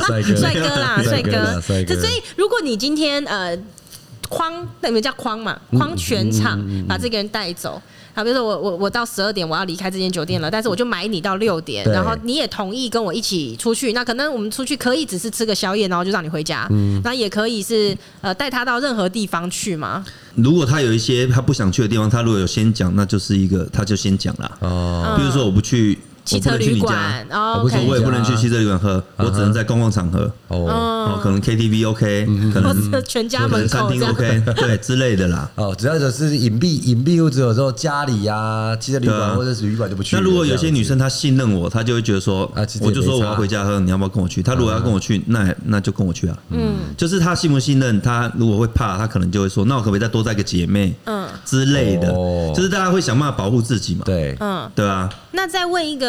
所以如果你今天你们叫框嘛，框全场把这个人带走。好，比如说我到12点我要离开这间酒店了，但是我就买你到6点，然后你也同意跟我一起出去，那可能我们出去可以只是吃个宵夜，然后就让你回家，那也可以是带他到任何地方去嘛。 如果他有一些他不想去的地方，他如果有先讲，那就是一个他就先讲啦。比如说我不去。 汽车旅馆， 我也不能去汽车旅馆喝，我只能在公共场合。可能 KTV OK， 可能全家门口餐厅 OK， 对之类的啦。 只要是隐蔽物质，有时候家里啊、汽车旅馆或者是旅馆就不去。 那如果有些女生她信任我，她就会觉得说，我就说我要回家喝，你要不要跟我去？她如果要跟我去，那就跟我去啊。就是她信不信任，她如果会怕，她可能就会说，那我可不可以再多带个姐妹？之类的，就是大家会想办法保护自己嘛。对，对吧？ 那再问一个。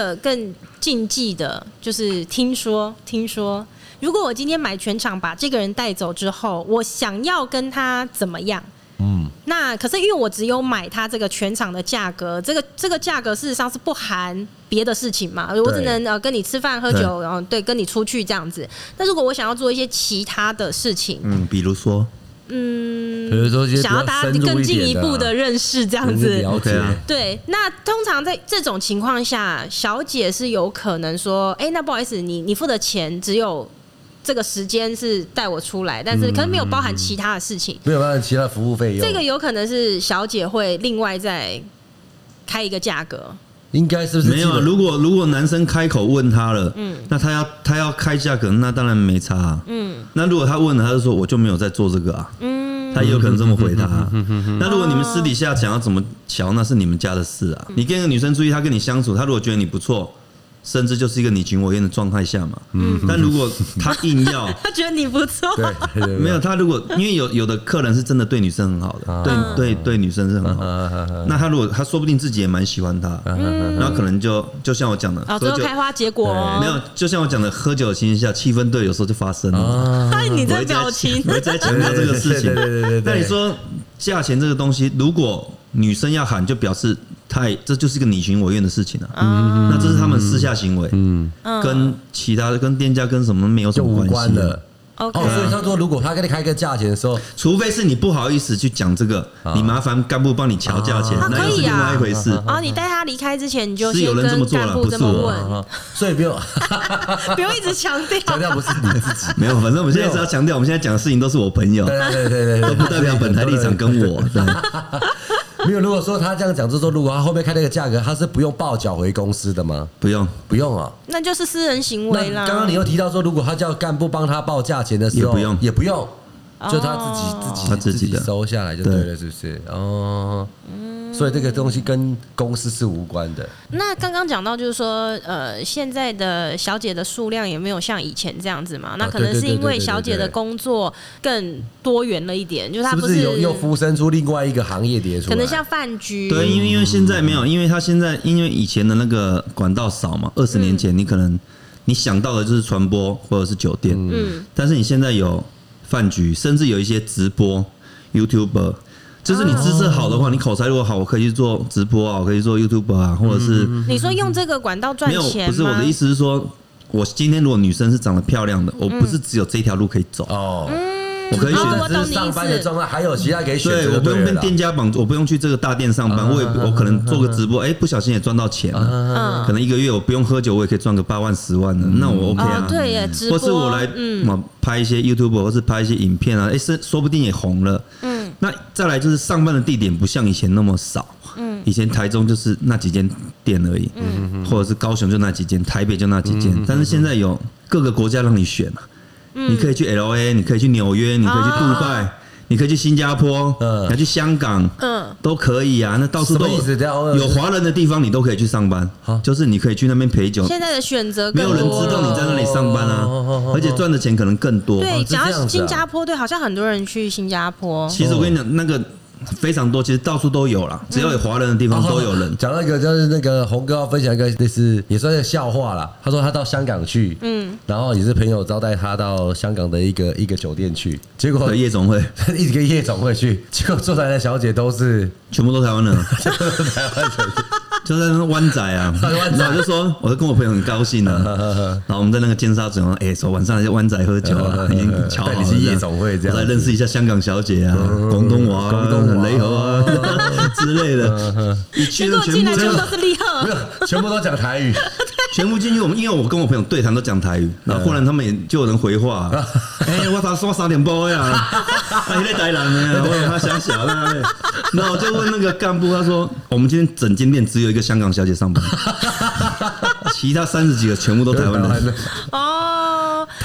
个更禁忌的，就是听说，如果我今天买全场把这个人带走之后，我想要跟他怎么样？那可是因为我只有买他这个全场的价格，这个价格事实上是不含别的事情嘛，我只能跟你吃饭喝酒，然后对跟你出去这样子。但如果我想要做一些其他的事情， 比如说想要大家更进一步的认识这样子，对。那通常在这种情况下，小姐是有可能说，那不好意思，你付的钱只有这个时间是带我出来，但是可能没有包含其他的事情， 没有包含其他的服务费用。 这个有可能是小姐会另外再开一个价格。 应该是不是没有啊？如果男生开口问他了，那他要开价格，那当然没差啊。那如果他问了，他就说我就没有在做这个啊。他也有可能这么回答啊。那如果你们私底下想要怎么瞧，那是你们家的事啊。你跟一个女生注意，她跟你相处，她如果觉得你不错，甚至就是一个你情我愿的状态下嘛。但如果他硬要， 他觉得你不错， 对， 没有他如果因为有的客人是真的对女生很好的，对女生是很好的，那他如果他说不定自己也蛮喜欢他，然后可能就像我讲的， 最后开花结果没有，就像我讲的，喝酒的情形下，气氛对有时候就发生了。 你这表情， 我在强调这个事情。那你说价钱这个东西，如果女生要喊，就表示这就是一个你情我愿的事情啊。那这是他们私下行为，跟其他的跟店家跟什么没有什么关系的。 所以他说，如果他跟你开个价钱的时候， 除非是你不好意思去讲这个，你麻烦干部帮你调价钱，那又是另外一回事。 你带他离开之前，你就先是有人这么跟做了， 干部这么问， 所以不用不用一直强调， 强调不是你自己。 没有，反正我们现在是要强调，我们现在讲的事情都是我朋友， 对， 都不代表本台立场跟我。 没有，如果说他这样讲，就是说，如果他后面开那个价格，他是不用报缴回公司的吗？ 不用啊， 那就是私人行为啦。 刚刚你又提到说，如果他叫干部帮他报价钱的时候，也不用，就他自己收下来就对了，是不是？所以这个东西跟公司是无关的。 那刚刚讲到就是说，现在的小姐的数量也没有像以前这样子嘛。那可能是因为小姐的工作更多元了一点，就是她不是又孵生出另外一个行业叠出来， 可能像饭局。 对，因为现在没有，因为他现在因为以前的那个管道少嘛，20年前你可能你想到的就是传播或者是酒店，但是你现在有饭局，甚至有一些直播 YouTuber。就是你姿色好的话，你口才如果好，我可以去做直播啊，我可以做 YouTuber 啊，或者是你说用这个管道赚钱吗？ 没有，不是我的意思是说，我今天如果女生是长得漂亮的，我不是只有这条路可以走哦。我可以选择上班的状态，还有其他可以选择。 对，我不用被店家绑住，我不用去这个大店上班，我可能做个直播，不小心也赚到钱了。可能一个月我不用喝酒，我也可以赚个8万10万的，那我 OK 啊。 对耶，直播， 或是我来拍一些 YouTube 或是拍一些影片啊，说不定也红了。那再来就是上班的地点不像以前那么少，以前台中就是那几间店而已，或者是高雄就那几间，台北就那几间，但是现在有各个国家让你选啊。你可以去 LA， 你可以去纽约，你可以去杜拜，你可以去新加坡，你要去香港，都可以啊。那到处都有华人的地方，你都可以去上班，就是你可以去那边陪酒。 现在的选择没有人知道你在那里上班啊，而且赚的钱可能更多。 对，讲到新加坡，对，好像很多人去新加坡。 其实我跟你讲，那个非常多，其实到处都有啦，只要有华人的地方都有人。 讲到一个就是那个洪哥要分享一个类似也算是笑话啦。他说他到香港去，然后也是朋友招待他到香港的一个酒店去，结果夜总会一个夜总会去，结果坐台的小姐都是全部都台湾人，就在那湾仔啊，然后就说，我就跟我朋友很高兴啊，然后我们在那个尖沙咀，说晚上在湾仔喝酒啊，已经巧好了， 你是夜总会这样， 再认识一下香港小姐啊，广东话、雷猴啊之类的， 结果进来全部都是厉害， 没有，全部都讲台语， 全部进去因为我跟我朋友对谈都讲台语，然后忽然他们也就有人回话，我3点半呀，那在台南呢，他想小了，然后我就问那个干部，他说我们今天整间店只有一个香港小姐上班，其他30几个全部都台湾人。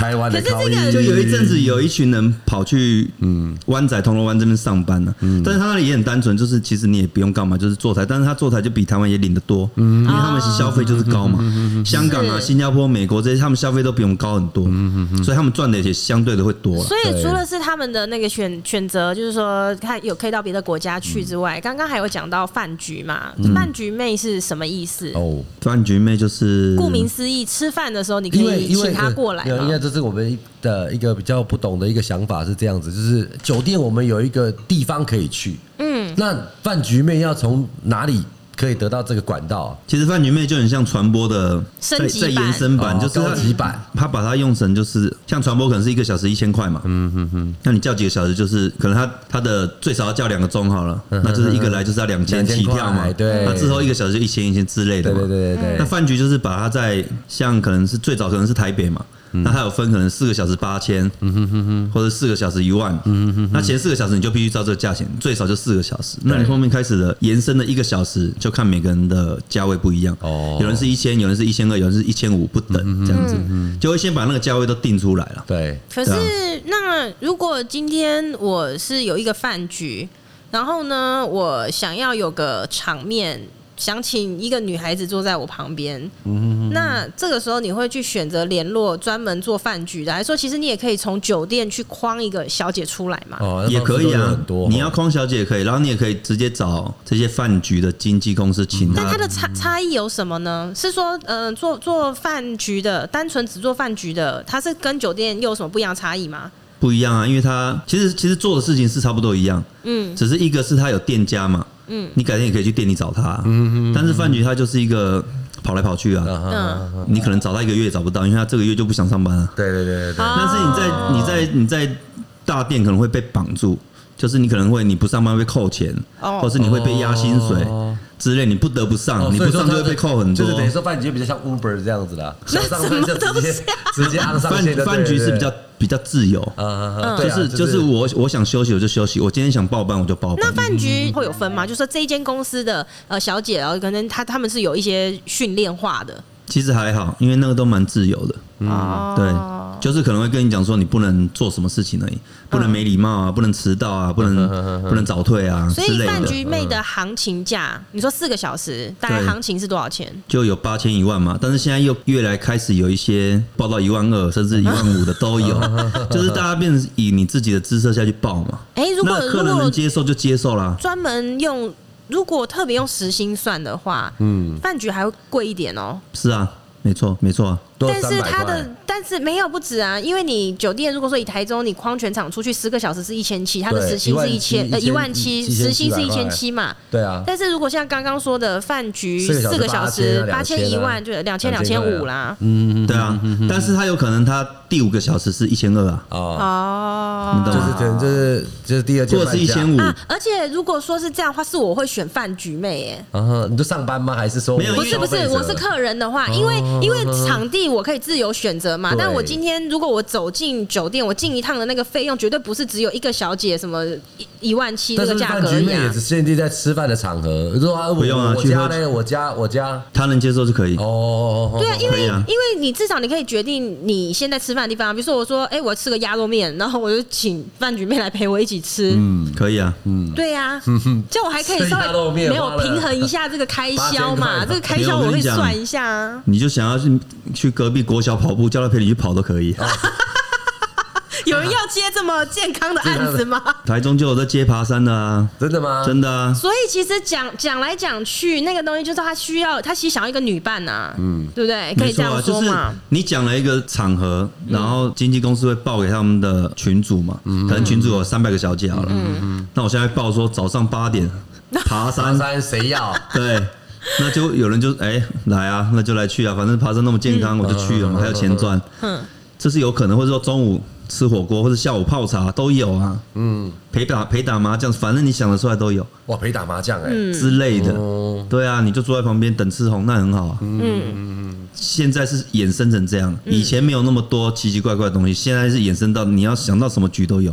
台湾的靠可是就有一阵子有一群人跑去湾仔铜锣湾这边上班了，但是他那里也很单纯，就是其实你也不用干嘛，就是坐台，但是他坐台就比台湾也领得多，因为他们消费就是高嘛，香港啊、新加坡、美国这些他们消费都比我们高很多，所以他们赚的也相对的会多了。 所以除了是他们的那个选择，就是说他有可以到别的国家去之外，刚刚还有讲到饭局嘛，饭局妹是什么意思？ 饭局妹就是顾名思义，吃饭的时候你可以请他过来嘛。 应该这是我们的一个比较不懂的一个想法是这样子，就是酒店我们有一个地方可以去，那饭局妹要从哪里可以得到这个管道？ 其实饭局妹就很像传播的升级版在延伸版，就是高级版。 他把它用成就是像传播可能是1个小时1000块嘛，那你叫几个小时就是可能他的最少要叫2个钟好了，那就是一个来就是要2000起跳嘛， 对， 那之后1个小时就1000之类的嘛， 对。 那饭局就是把它在像可能是最早可能是台北嘛。那它有分可能4个小时8000，或者4个小时10000，那前4个小时你就必须照这个价钱，最少就4个小时。那你后面开始的延伸的1个小时，就看每个人的价位不一样，有人是1000，有人是1200，有人是1500不等这样子，就会先把那个价位都定出来了。 对。 可是那如果今天我是有一个饭局，然后呢，我想要有个场面。想请一个女孩子坐在我旁边，那这个时候你会去选择联络专门做饭局的，还是说其实你也可以从酒店去框一个小姐出来嘛？ 也可以啊，你要框小姐也可以，然后你也可以直接找这些饭局的经纪公司请她。 但它的差异有什么呢？是说，做饭局的，单纯只做饭局的，它是跟酒店又有什么不一样的差异吗？ 不一样啊，因为他其实做的事情是差不多一样，只是一个是他有店家嘛，你改天也可以去店里找他，但是饭局他就是一个跑来跑去啊，你可能找他1个月也找不到，因为他这个月就不想上班了， 对。 但是你在大店可能会被绑住，就是你可能会你不上班会扣钱，或是你会被压薪水之类，你不得不上，你不上就会被扣很多。 就是等于说饭局比较像 Uber 这样子的，想上班就直接按上线。 饭局是比较自由，就是我想休息我就休息，我今天想报班我就报班。 那饭局会有分吗？就是说这一间公司的小姐，可能他们是有一些训练化的。 其实还好，因为那个都蛮自由的。对，就是可能会跟你讲说你不能做什么事情而已，不能没礼貌啊，不能迟到啊，不能早退啊之类的。 所以饭局妹的行情价，你说4个小时，大概行情是多少钱？就有8000、10000嘛，但是现在又越来开始有一些报到12000甚至15000的都有，就是大家变成以你自己的姿色下去报嘛。那客人能接受就接受啦。 专门用。如果特别用时薪算的话，饭局还会贵一点哦。 是啊，没错啊。 但是没有不止啊，因为你酒店如果说以台中你框全场出去10个小时是1700，它的时薪是17000，时薪是1700嘛。 对啊。 但是如果像刚刚说的饭局4个小时8000、10000就2000、2500啦。 对啊。但是它有可能它第5个小时是1200啊。你懂吗？ 就是第二件， 或者是1500啊。 而且如果说是这样的话，是我会选饭局妹你就上班吗？还是说没有？ 不是，我是客人的话，因为场地我可以自由选择嘛。但我今天如果我走进酒店，我进一趟的那个费用绝对不是只有一个小姐什么17000这个价格。 但是饭局妹也只限定在吃饭的场合， 不用啊。 我家呢？我家他能接受就可以。 对啊，因为你至少你可以决定你现在吃饭的地方。比如说我说，我吃个鸭肉面，然后我就请饭局妹来陪我一起吃。 可以啊。 对啊，这样我还可以稍微没有平衡一下这个开销嘛。这个开销我会算一下啊。 你就想要去隔壁国小跑步，叫他陪你去跑都可以。 有人要接这么健康的案子吗？ 台中就有在接爬山的啊。 真的吗？ 真的啊。 所以其实讲来讲去，那个东西就是他其实想要一个女伴啊，对不对？可以这样说嘛。 你讲了一个场合，然后经纪公司会报给他们的群组嘛，可能群组有300个小姐好了。那我现在报说早上8点爬山谁要？ 对。那就有人就来啊，那就来去啊，反正爬山那么健康，我就去了嘛，还有钱赚。这是有可能，或者说中午吃火锅，或者下午泡茶都有啊。陪打麻将，反正你想得出来都有。 哇，陪打麻将之类的。对啊，你就坐在旁边等吃红，那很好啊。现在是衍生成这样，以前没有那么多奇奇怪怪的东西，现在是衍生到你要想到什么局都有。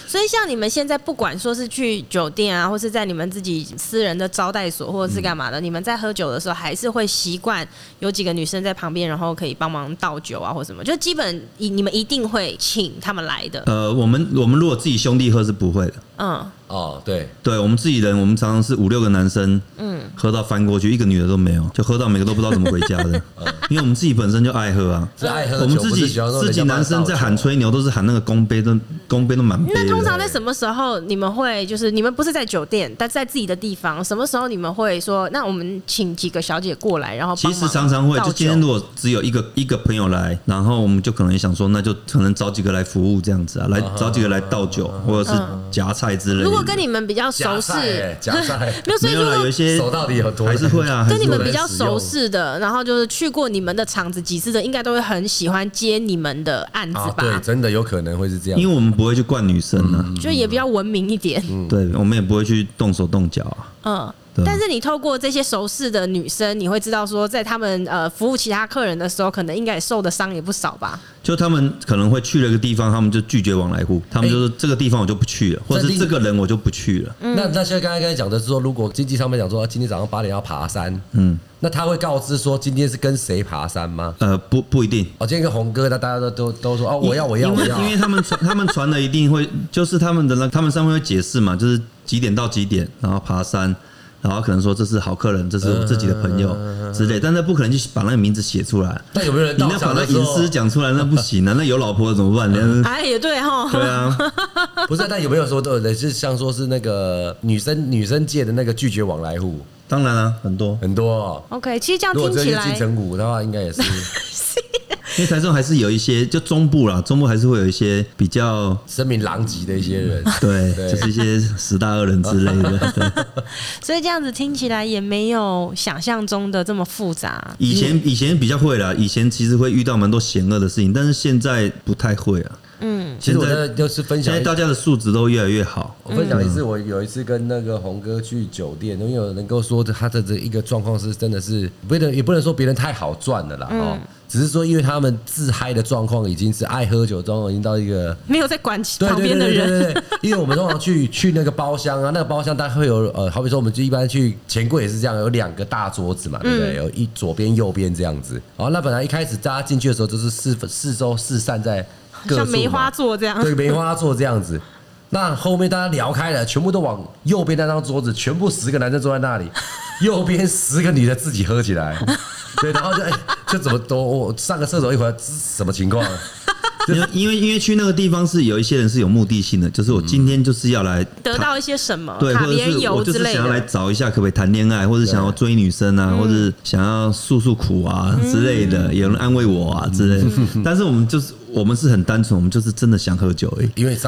所以像你们现在不管说是去酒店啊，或是在你们自己私人的招待所，或者是干嘛的，你们在喝酒的时候还是会习惯有几个女生在旁边，然后可以帮忙倒酒啊，或什么，就基本你们一定会请他们来的。 我们如果自己兄弟喝是不会的。 对， 我们自己人，我们常常是5-6个男生，喝到翻过去，一个女的都没有，就喝到每个都不知道怎么回家的。因为我们自己本身就爱喝啊， 是爱喝酒。 我们自己男生在喊吹牛，都是喊那个公杯都满杯的。 那通常在什么时候你们会就是你们不是在酒店，但在自己的地方，什么时候你们会说，那我们请几个小姐过来，然后帮忙其实常常会，就今天如果只有一个朋友来，然后我们就可能想说，那就可能找几个来服务这样子啊，来找几个来倒酒或者是夹菜之类的。 如果跟你们比较熟识， 夹菜没有啦， 有一些手到底有多还是会啊， 跟你们比较熟识的，然后就是去过你们的场子几次的，应该都会很喜欢接你们的案子吧？ 对，真的有可能会是这样， 因为我们不会去灌女生啊， 就也比较文明一点。 对，我们也不会去动手动脚啊。 但是你透过这些熟识的女生，你会知道说，在他们服务其他客人的时候，可能应该也受的伤也不少吧？ 就他们可能会去了一个地方，他们就拒绝往来户，他们就说这个地方我就不去了，或者是这个人我就不去了。 那现在刚才讲的是说，如果经济上面讲说今天早上8点要爬山，那他会告知说今天是跟谁爬山吗？ 不一定。 今天跟红哥，那大家都说我要，因为他们传的一定会，就是他们上面会解释嘛，就是几点到几点，然后爬山。然后可能说这是好客人，这是我自己的朋友之类，但是不可能去把那个名字写出来。 那有没有人你那把那隐私讲出来，那不行啊！那有老婆怎么办？ 哎，也对哈。 对啊， 不是，但有没有说的是像说是那个女生界的那个拒绝往来户？ 当然啊，很多。 OK， 其实这样听起来， 如果进城谷的话，应该也是。 因为台中还是有一些，就中部啦，中部还是会有一些比较声名狼藉的一些人， 对，就是一些10大恶人之类的。 所以这样子听起来也没有想象中的这么复杂。 以前比较会啦，以前其实会遇到蛮多险恶的事情，但是现在不太会啊。 其实我就是分享， 现在大家的素质都越来越好。 我分享一次，我有一次跟那个红哥去酒店，因为有人跟我说他的这一个状况是真的是，也不能说别人太好赚了啦，只是说因为他们自嗨的状况已经是爱喝酒状况，已经到一个没有在管旁边的人。 对，因为我们通常去那个包厢啊，那个包厢大概会有好比说我们就一般去钱柜也是这样，有2个大桌子嘛，对不对？有左边右边这样子。然后那本来一开始大家进去的时候就是四周四散在。 像梅花座这样， 对，梅花座这样子。那后面大家聊开了，全部都往右边那张桌子，全部10个男生坐在那里，右边10个女的自己喝起来。对，然后就怎么我上个厕所一会儿，什么情况？ 因为去那个地方是有一些人是有目的性的，就是我今天就是要来得到一些什么， 对，或者是我就是想要来找一下可不可以谈恋爱，或者想要追女生啊，或者想要诉苦啊之类的，有人安慰我啊之类的。但是我们是很单纯，我们就是真的想喝酒而已。 因为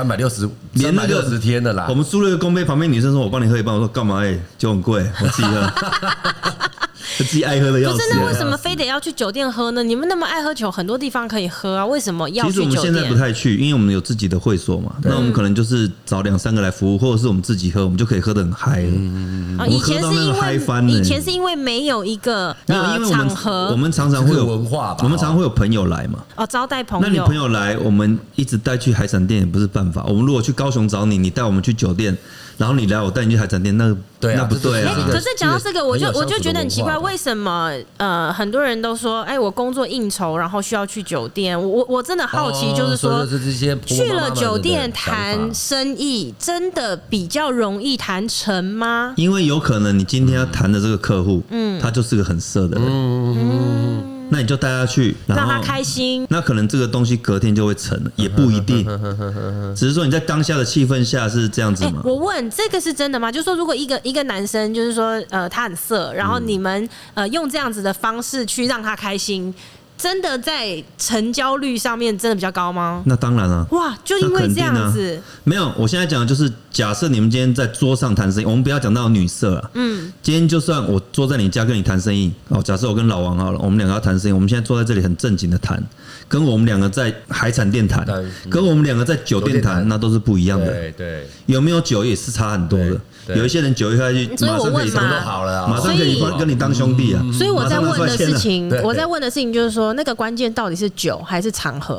360天的啦， 我们租了一个公杯，旁边女生说我帮你喝一半，我说干嘛？酒很贵，我自己喝。自己爱喝的要死。 不是，那为什么非得要去酒店喝呢？你们那么爱喝酒，很多地方可以喝啊，为什么要去酒店？ 其实我们现在不太去，因为我们有自己的会所嘛。那我们可能就是找2-3个来服务，或者是我们自己喝，我们就可以喝得很嗨了。 以前是因为没有一个场合， 我们常常会有文化吧， 我们常常会有朋友来嘛。 招待朋友。 那你朋友来，我们一直带去海产店也不是办法。我们如果去高雄找你，你带我们去酒店。然后你来，我带你去海产店，那不对啊。 可是讲到这个，我就觉得很奇怪，为什么很多人都说，我工作应酬，然后需要去酒店。我真的好奇，就是说，去了酒店谈生意，真的比较容易谈成吗？ 因为有可能你今天要谈的这个客户，他就是个很色的人。那你就带他去， 让他开心。 那可能这个东西隔天就会成了，也不一定。只是说你在当下的气氛下是这样子吗？ 我问这个是真的吗？就是说，如果一个男生就是说他很色，然后你们用这样子的方式去让他开心。真的在成交率上面真的比较高吗？ 那当然了。 哇，就因为这样子。 没有，我现在讲的就是假设你们今天在桌上谈生意，我们不要讲到女色啊。今天就算我坐在你家跟你谈生意，假设我跟老王好了，我们2个要谈生意，我们现在坐在这里很正经的谈，跟我们2个在海产店谈，跟我们2个在酒店谈，那都是不一样的。 对， 有没有酒也是差很多的。有一些人酒一开去，马上可以马上可以跟你当兄弟啊。 所以我在问的事情，就是说，那个关键到底是酒还是场合？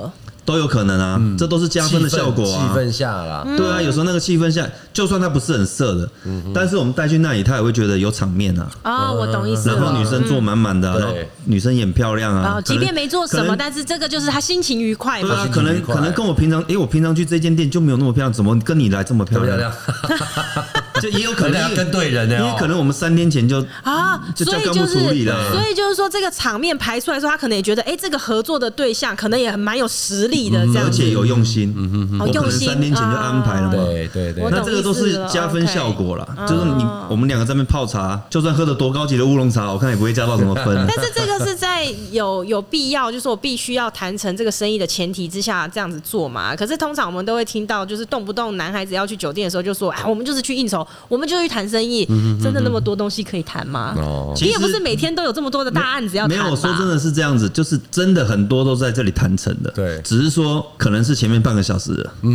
都有可能啊，这都是加分的效果啊。 气氛下啦， 对啊，有时候那个气氛下，就算他不是很色的，但是我们带去那里，他也会觉得有场面啊。 我懂意思了。 然后女生坐满满的，然后女生也很漂亮啊。 即便没做什么，但是这个就是他心情愉快嘛。 对啊，可能跟我平常，我平常去这间店就没有那么漂亮，怎么跟你来这么漂亮？就也有可能要跟对人， 因为可能我们3天前就所以干部处理了。 所以就是说，这个场面排出来说，他可能也觉得，这个合作的对象可能也蛮有实力的，这样子， 而且有用心，我可能3天前就安排了嘛。 对， 那这个都是加分效果啦。就是我们2个在那边泡茶，就算喝得多高级的乌龙茶，我看也不会加到什么分。 但是这个是在有必要，就是我必须要谈成这个生意的前提之下这样子做嘛。可是通常我们都会听到，就是动不动男孩子要去酒店的时候就说，我们就是去应酬，我们就去谈生意，真的那么多东西可以谈吗？你也不是每天都有这么多的大案子要谈吧。 没有，我说真的是这样子，就是真的很多都在这里谈成的。 对， 只是说可能是前面半个小时了，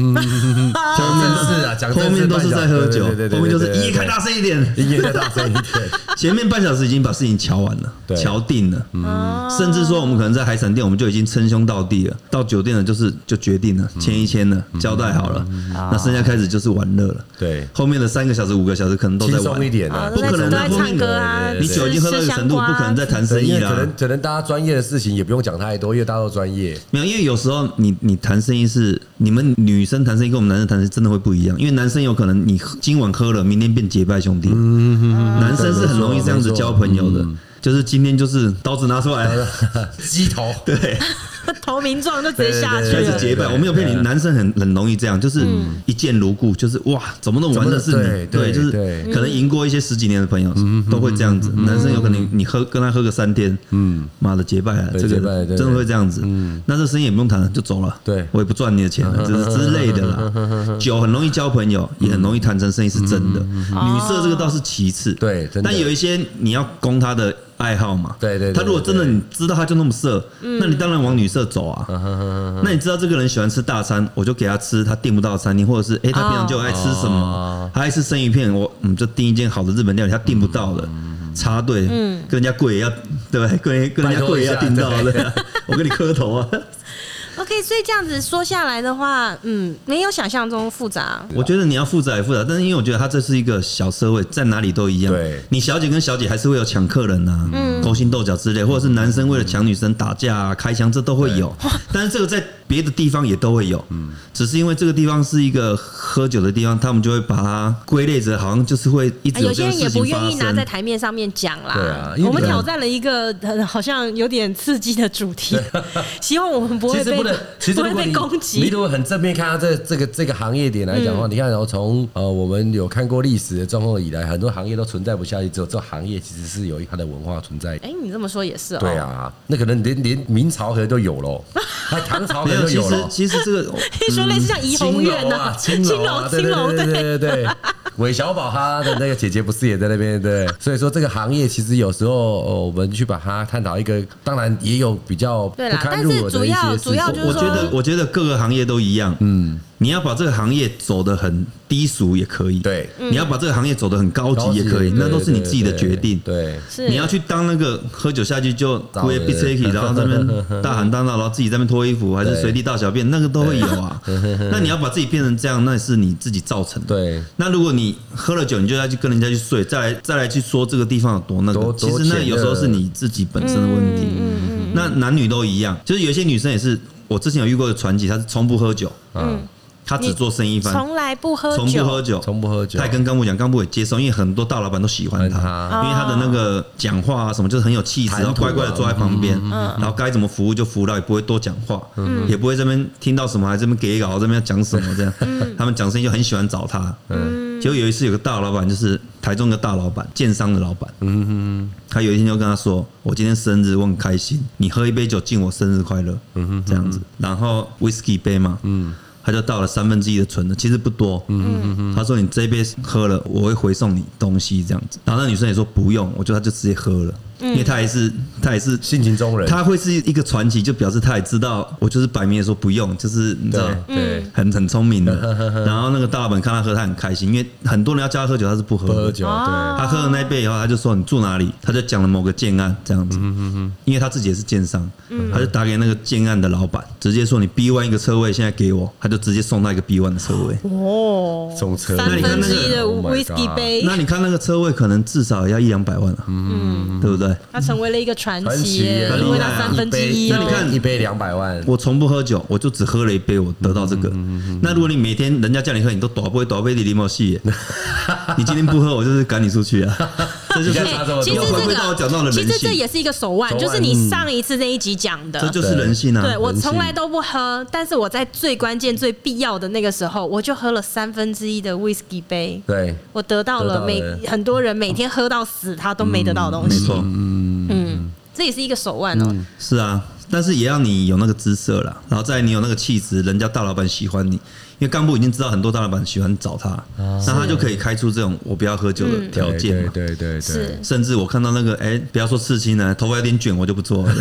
后面都是在喝酒，后面就是音乐开大声一点，前面半小时已经把事情瞧完了，瞧定了，甚至说我们可能在海产店，我们就已经称兄道弟了，到酒店了就决定了，签一签了，交代好了，那剩下开始就是玩乐了。 对， 后面的3个小时、5个小时可能都在玩一点不可能在唱歌啊， 你酒已经喝到一个程度，不可能再谈生意啦。 可能大家专业的事情也不用讲太多，因为大家都专业。 没有，因为有时候你谈生意是你们女生谈生意跟我们男生谈生意真的会不一样，因为男生有可能你今晚喝了，明天变结拜兄弟，男生是很容易这样子交朋友的。就是今天就是刀子拿出来， 鸡头， 对， 投名状就直接下去了， 开始结拜。我没有骗你，男生很容易这样，就是一见如故，就是哇，怎么那么玩的是你？对，就是可能赢过一些10几年的朋友都会这样子。男生有可能你跟他喝个3天，妈的结拜了，这个真的会这样子。那这生意也不用谈了，就走了。对，我也不赚你的钱了，就是之类的啦。酒很容易交朋友，也很容易谈成生意，是真的。女色这个倒是其次， 对， 但有一些你要攻他的爱好嘛， 对， 他如果真的你知道他就那么色，那你当然往女色走啊。那你知道这个人喜欢吃大餐，我就给他吃他订不到的餐厅，或者是他平常就爱吃什么，他爱吃生鱼片，我就订一间好的日本料理，他订不到的，插队，跟人家贵也要对不对？跟人家贵也要订到的，我跟你磕头啊。 OK， 所以这样子说下来的话，没有想象中复杂。 我觉得你要复杂也复杂，但是因为我觉得它这是一个小社会，在哪里都一样。 对， 你小姐跟小姐还是会有抢客人啊，勾心斗角之类，或者是男生为了抢女生打架啊、开枪，这都会有。但是这个在别的地方也都会有，只是因为这个地方是一个喝酒的地方，他们就会把它归类着，好像就是会一直有这个事情发生。有些人也不愿意拿在台面上面讲啦。 对啊， 我们挑战了一个好像有点刺激的主题，希望我们不会被攻击。 你如果很正面看到这个行业点来讲的话，你看，然后从我们有看过历史的状况以来，很多行业都存在不下去，只有这行业其实是有它的文化存在。 你这么说也是哦。 对啊，那可能连明朝可能都有了，还唐朝可能都有了。 其实这个你说类似像怡红院啊、青楼， 对。韦小宝他的那个姐姐不是也在那边？对，所以说这个行业其实有时候我们去把它探讨一个，当然也有比较不堪入耳的一些事情。 主要就是说， 我觉得各个行业都一样。你要把这个行业走得很低俗也可以， 对， 你要把这个行业走得很高级也可以，那都是你自己的决定。 对， 你要去当那个喝酒下去就故意 bitch， 然后在那边大喊大闹，然后自己在那边脱衣服，还是随地大小便，那个都会有啊。那你要把自己变成这样，那是你自己造成的。 对， 那如果你喝了酒，你就要去跟人家去睡，再来去说这个地方有多那个，其实那有时候是你自己本身的问题。那男女都一样，就是有些女生也是，我之前有遇过的传奇，她是从不喝酒。他只做生意番， 从来不喝酒， 从不喝酒。 他也跟干部讲，干部也接受，因为很多大老板都喜欢他，因为他的那个讲话啊什么就是很有气质，然后乖乖的坐在旁边，然后该怎么服务就服务到，也不会多讲话，也不会这边听到什么还这边给稿，这边要讲什么这样。他们讲生意就很喜欢找他。结果有一次有个大老板，就是台中的大老板，建商的老板，他有一天就跟他说：“我今天生日，我很开心，你喝一杯酒敬我生日快乐。”这样子，然后 whisky 杯嘛，他就倒了1/3的纯的，其实不多。他说：“你这一杯喝了，我会回送你东西这样子。”然后那女生也说：“不用。”他就直接喝了。 因为他也是性情中人， 他会是一个传奇，就表示他也知道，我就是摆明的说不用，就是你知道， 对， 很聪明的。然后那个大老板看他喝，他很开心，因为很多人要叫他喝酒，他是不喝的。 不喝酒，对。 他喝了那一杯以后，他就说你住哪里？他就讲了某个建案这样子，因为他自己也是建商，他就打给那个建案的老板，直接说你 B1 一个车位现在给我，他就直接送他一个 B1 的车位。 哦， 送车位 1/3的 whisky 杯， 那你看那个车位可能至少也要100-200万了，对不对？ 他成为了一个传奇耶，因为他1/3 那你看一杯200万， 我从不喝酒，我就只喝了一杯，我得到这个。那如果你每天人家叫你喝，你都倒杯的柠檬系，你今天不喝，我就是赶你出去啊！这就是其实回归到我讲到的人性， 其实这也是一个手腕，就是你上一次那一集讲的， 这就是人性啊！ 对我从来都不喝，但是我在最关键、最必要的那个时候，我就喝了1/3的 whisky 杯。 对， 我得到了很多人每天喝到死，他都没得到的东西。 没错， 这也是一个手腕哦。 是啊，但是也要你有那个姿色啦，然后再你有那个气质，人家大老板喜欢你。因为干部已经知道很多大老板喜欢找他，那他就可以开出这种我不要喝酒的条件嘛。 对， 甚至我看到那个不要说刺青呢，头发有点卷我就不做了。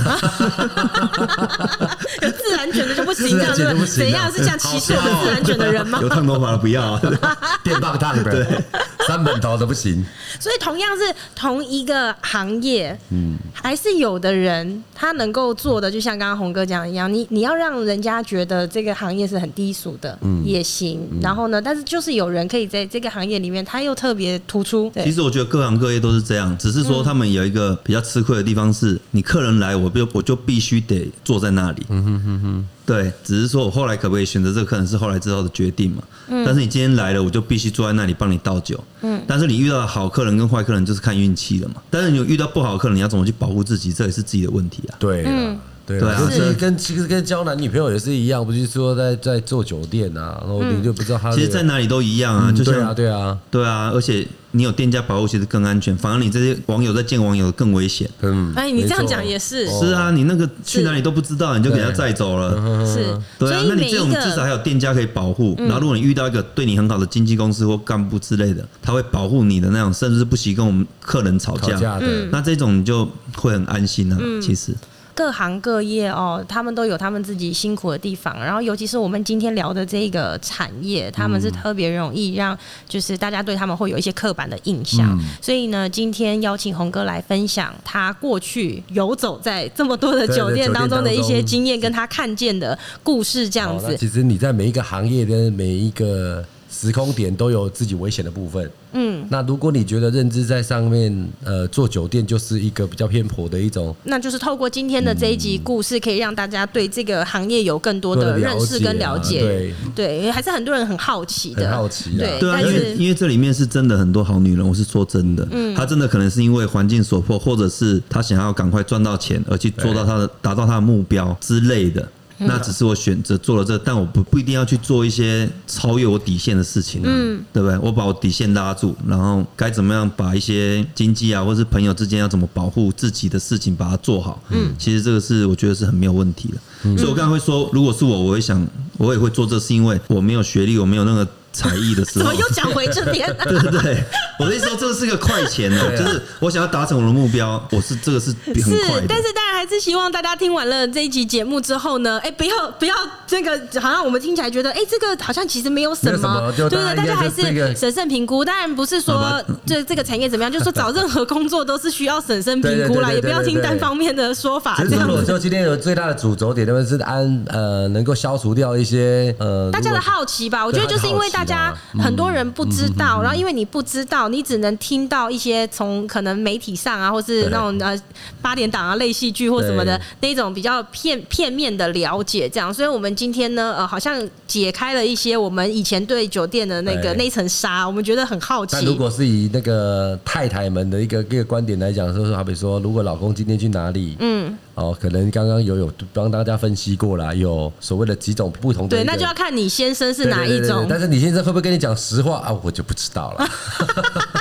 有自然卷的就不行，这样子怎样是像歧视我们自然卷的人吗？ 有烫头发的不要啊， 电棒烫的，对，3本头的不行。 所以同样是同一个行业，还是有的人他能够做的，就像刚刚洪哥讲一样，你要让人家觉得这个行业是很低俗的，也行。然后呢，但是就是有人可以在这个行业里面，他又特别突出。 其实我觉得各行各业都是这样，只是说他们有一个比较吃亏的地方是，你客人来，我就必须得坐在那里。对，只是说我后来可不可以选择这个客人是后来之后的决定嘛。但是你今天来了，我就必须坐在那里帮你倒酒。但是你遇到好客人跟坏客人就是看运气了嘛。但是你遇到不好的客人，你要怎么去保护自己，这也是自己的问题啊。 对对啊，其实跟交男女朋友也是一样，不是说在做酒店啊，然后你就不知道他。 其实，在哪里都一样啊，就像对啊， 而且你有店家保护，其实更安全，反而你这些网友在见网友更危险。 你这样讲也是。 是啊，你那个去哪里都不知道，你就给他载走了。 是， 对啊，那你这种至少还有店家可以保护。然后，如果你遇到一个对你很好的经纪公司或干部之类的，他会保护你的那种，甚至是不惜跟我们客人吵架的。那这种你就会很安心啊。其实。 各行各业哦，他们都有他们自己辛苦的地方，然后尤其是我们今天聊的这个产业，他们是特别容易让就是大家对他们会有一些刻板的印象，所以呢，今天邀请洪哥来分享他过去游走在这么多的酒店当中的一些经验，跟他看见的故事，这样子。 其实你在每一个行业的每一个时空点都有自己危险的部分。那如果你觉得认知在上面，做酒店就是一个比较偏颇的一种， 那就是透过今天的这一集故事，可以让大家对这个行业有更多的认识跟了解。对，还是很多人很好奇的， 很好奇。 对啊，因为这里面是真的很多好女人，我是说真的，她真的可能是因为环境所迫，或者是她想要赶快赚到钱而去做到达到她的目标之类的。那只是我选择做了这，但我不一定要去做一些超越我底线的事情啊，对不对？我把我底线拉住，然后该怎么样把一些经济啊，或是朋友之间要怎么保护自己的事情把它做好。其实这个是我觉得是很没有问题的。所以我刚才会说，如果是我会想，我也会做这，是因为我没有学历，我没有那个才艺的时候， 怎么又讲回这边？ 对，我的意思说，这是个快钱呢，就是我想要达成我的目标，这个是很快的。 但是当然还是希望大家听完了这一集节目之后呢，不要这个好像我们听起来觉得，这个好像其实没有什么，对对，大家还是审慎评估。当然不是说这个产业怎么样，就是说找任何工作都是需要审慎评估啦，也不要听单方面的说法。这样子， 就今天有最大的主轴点，就是能够消除掉一些大家的好奇吧。我觉得就是因为大家很多人不知道，然后因为你不知道，你只能听到一些从可能媒体上啊，或是那种8点档啊、类戏剧或什么的那种比较片面的了解，这样。所以我们今天呢，好像解开了一些我们以前对酒店的那层纱，我们觉得很好奇。 但如果是以那个太太们的一个观点来讲，就是好比说，如果老公今天去哪里，可能刚刚有帮大家分析过啦，有所谓的几种不同的。 对，那就要看你先生是哪一种。 但是你先生会不会跟你讲实话啊？我就不知道了。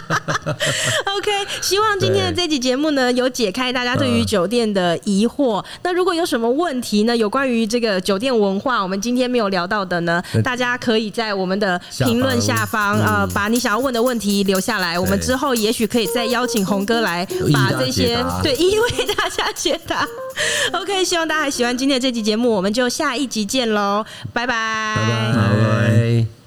OK， 希望今天的这集节目呢，有解开大家对于酒店的疑惑。那如果有什么问题呢，有关于这个酒店文化，我们今天没有聊到的呢，大家可以在我们的评论下方把你想要问的问题留下来。我们之后也许可以再邀请洪哥来把这些一一为大家解答。OK， 希望大家还喜欢今天的这集节目，我们就下一集见喽，拜拜， 拜拜。